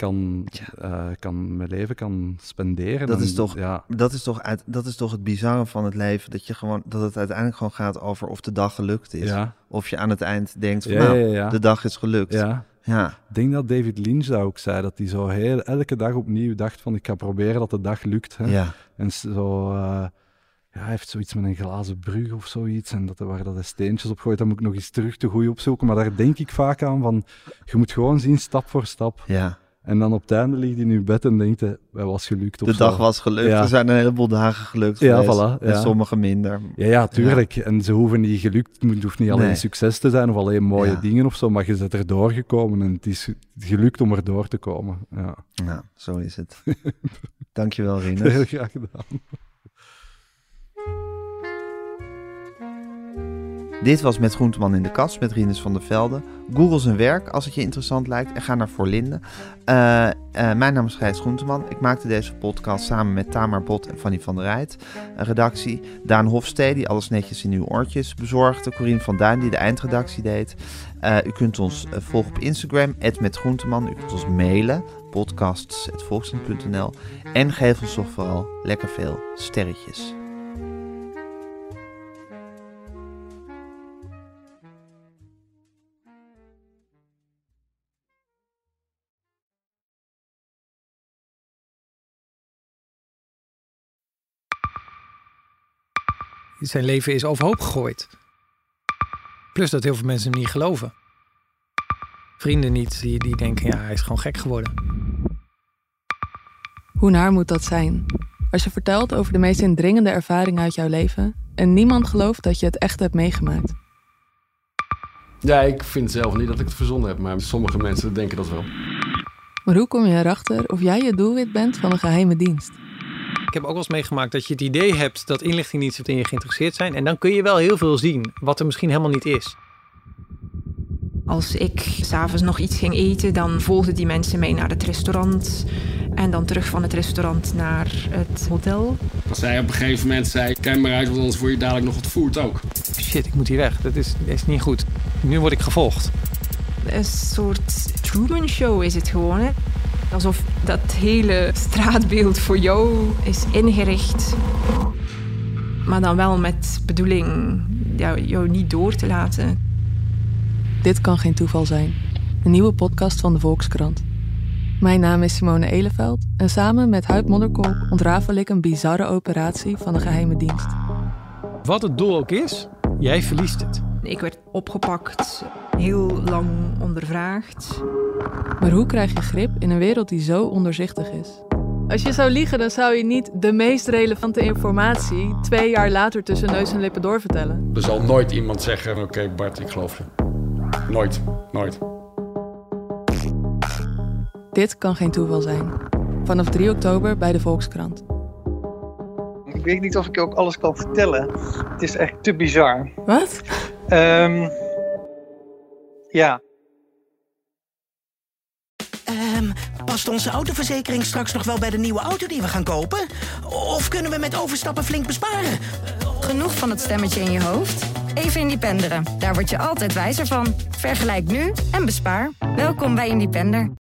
mijn leven kan spenderen. Dat En, is toch- Ja, Dat is toch het bizarre van het leven, dat het uiteindelijk gewoon gaat over of de dag gelukt is. ja, Of je aan het eind denkt van, ja. de dag is gelukt. Ja. Ja. Ik denk dat David Lynch dat ook zei, dat hij zo elke dag opnieuw dacht van ik ga proberen dat de dag lukt. Hè. Ja. En zo, hij heeft zoiets met een glazen brug of zoiets, en waar dat hij steentjes op gooit, dan moet ik nog eens terug te goed opzoeken. Maar daar denk ik vaak aan van, je moet gewoon zien stap voor stap. Ja. En dan op het einde ligt hij in je bed en denkt hij, het was gelukt of De zo. dag was gelukt. Ja. Er zijn een heleboel dagen gelukt Ja, geweest. voilà, En ja. sommige minder. Ja, tuurlijk. En ze hoeven niet gelukt, het hoeft niet alleen Nee. succes te zijn of alleen mooie Ja. dingen of zo, maar je bent er doorgekomen en het is gelukt om er door te komen. Ja. Nou, zo is het. Dankjewel, Rinus. Heel graag gedaan. Dit was Met Groenteman in de Kast met Rinus van der Velde. Google zijn werk als het je interessant lijkt en ga naar Voorlinde. Mijn naam is Gijs Groenteman. Ik maakte deze podcast samen met Tamar Bot en Fanny van der Rijt. Redactie Daan Hofstee, die alles netjes in uw oortjes bezorgde. Corien van Duin, die de eindredactie deed. U kunt ons volgen op Instagram, @metgroenteman. U kunt ons mailen, podcasts@volkskrant.nl. En geef ons toch vooral lekker veel sterretjes. Zijn leven is overhoop gegooid. Plus dat heel veel mensen hem niet geloven. Vrienden niet, die denken, ja, hij is gewoon gek geworden. Hoe naar moet dat zijn? Als je vertelt over de meest indringende ervaring uit jouw leven en niemand gelooft dat je het echt hebt meegemaakt. Ja, ik vind zelf niet dat ik het verzonnen heb, maar sommige mensen denken dat wel. Maar hoe kom je erachter of jij het doelwit bent van een geheime dienst? Ik heb ook wel eens meegemaakt dat je het idee hebt dat inlichtingendiensten in je geïnteresseerd zijn. En dan kun je wel heel veel zien, wat er misschien helemaal niet is. Als ik 's avonds nog iets ging eten, dan volgden die mensen mij naar het restaurant. En dan terug van het restaurant naar het hotel. Als zij op een gegeven moment zei, kijk maar uit, want anders word je dadelijk nog ontvoerd ook. Shit, ik moet hier weg. Dat is niet goed. Nu word ik gevolgd. Een soort Truman Show is het gewoon, hè. Alsof dat hele straatbeeld voor jou is ingericht. Maar dan wel met bedoeling jou niet door te laten. Dit kan geen toeval zijn. Een nieuwe podcast van de Volkskrant. Mijn naam is Simone Eleveld en samen met Huid Modderkolk ontrafel ik een bizarre operatie van de geheime dienst. Wat het doel ook is, jij verliest het. Ik werd opgepakt, heel lang ondervraagd. Maar hoe krijg je grip in een wereld die zo ondoorzichtig is? Als je zou liegen, dan zou je niet de meest relevante informatie 2 jaar later tussen neus en lippen doorvertellen. Er zal nooit iemand zeggen, oké, Bart, ik geloof je. Nooit, nooit. Dit kan geen toeval zijn. Vanaf 3 oktober bij de Volkskrant. Ik weet niet of ik ook alles kan vertellen. Het is echt te bizar. Wat? Ja. Past onze autoverzekering straks nog wel bij de nieuwe auto die we gaan kopen? Of kunnen we met overstappen flink besparen? Genoeg van het stemmetje in je hoofd? Even Independeren. Daar word je altijd wijzer van. Vergelijk nu en bespaar. Welkom bij Independer.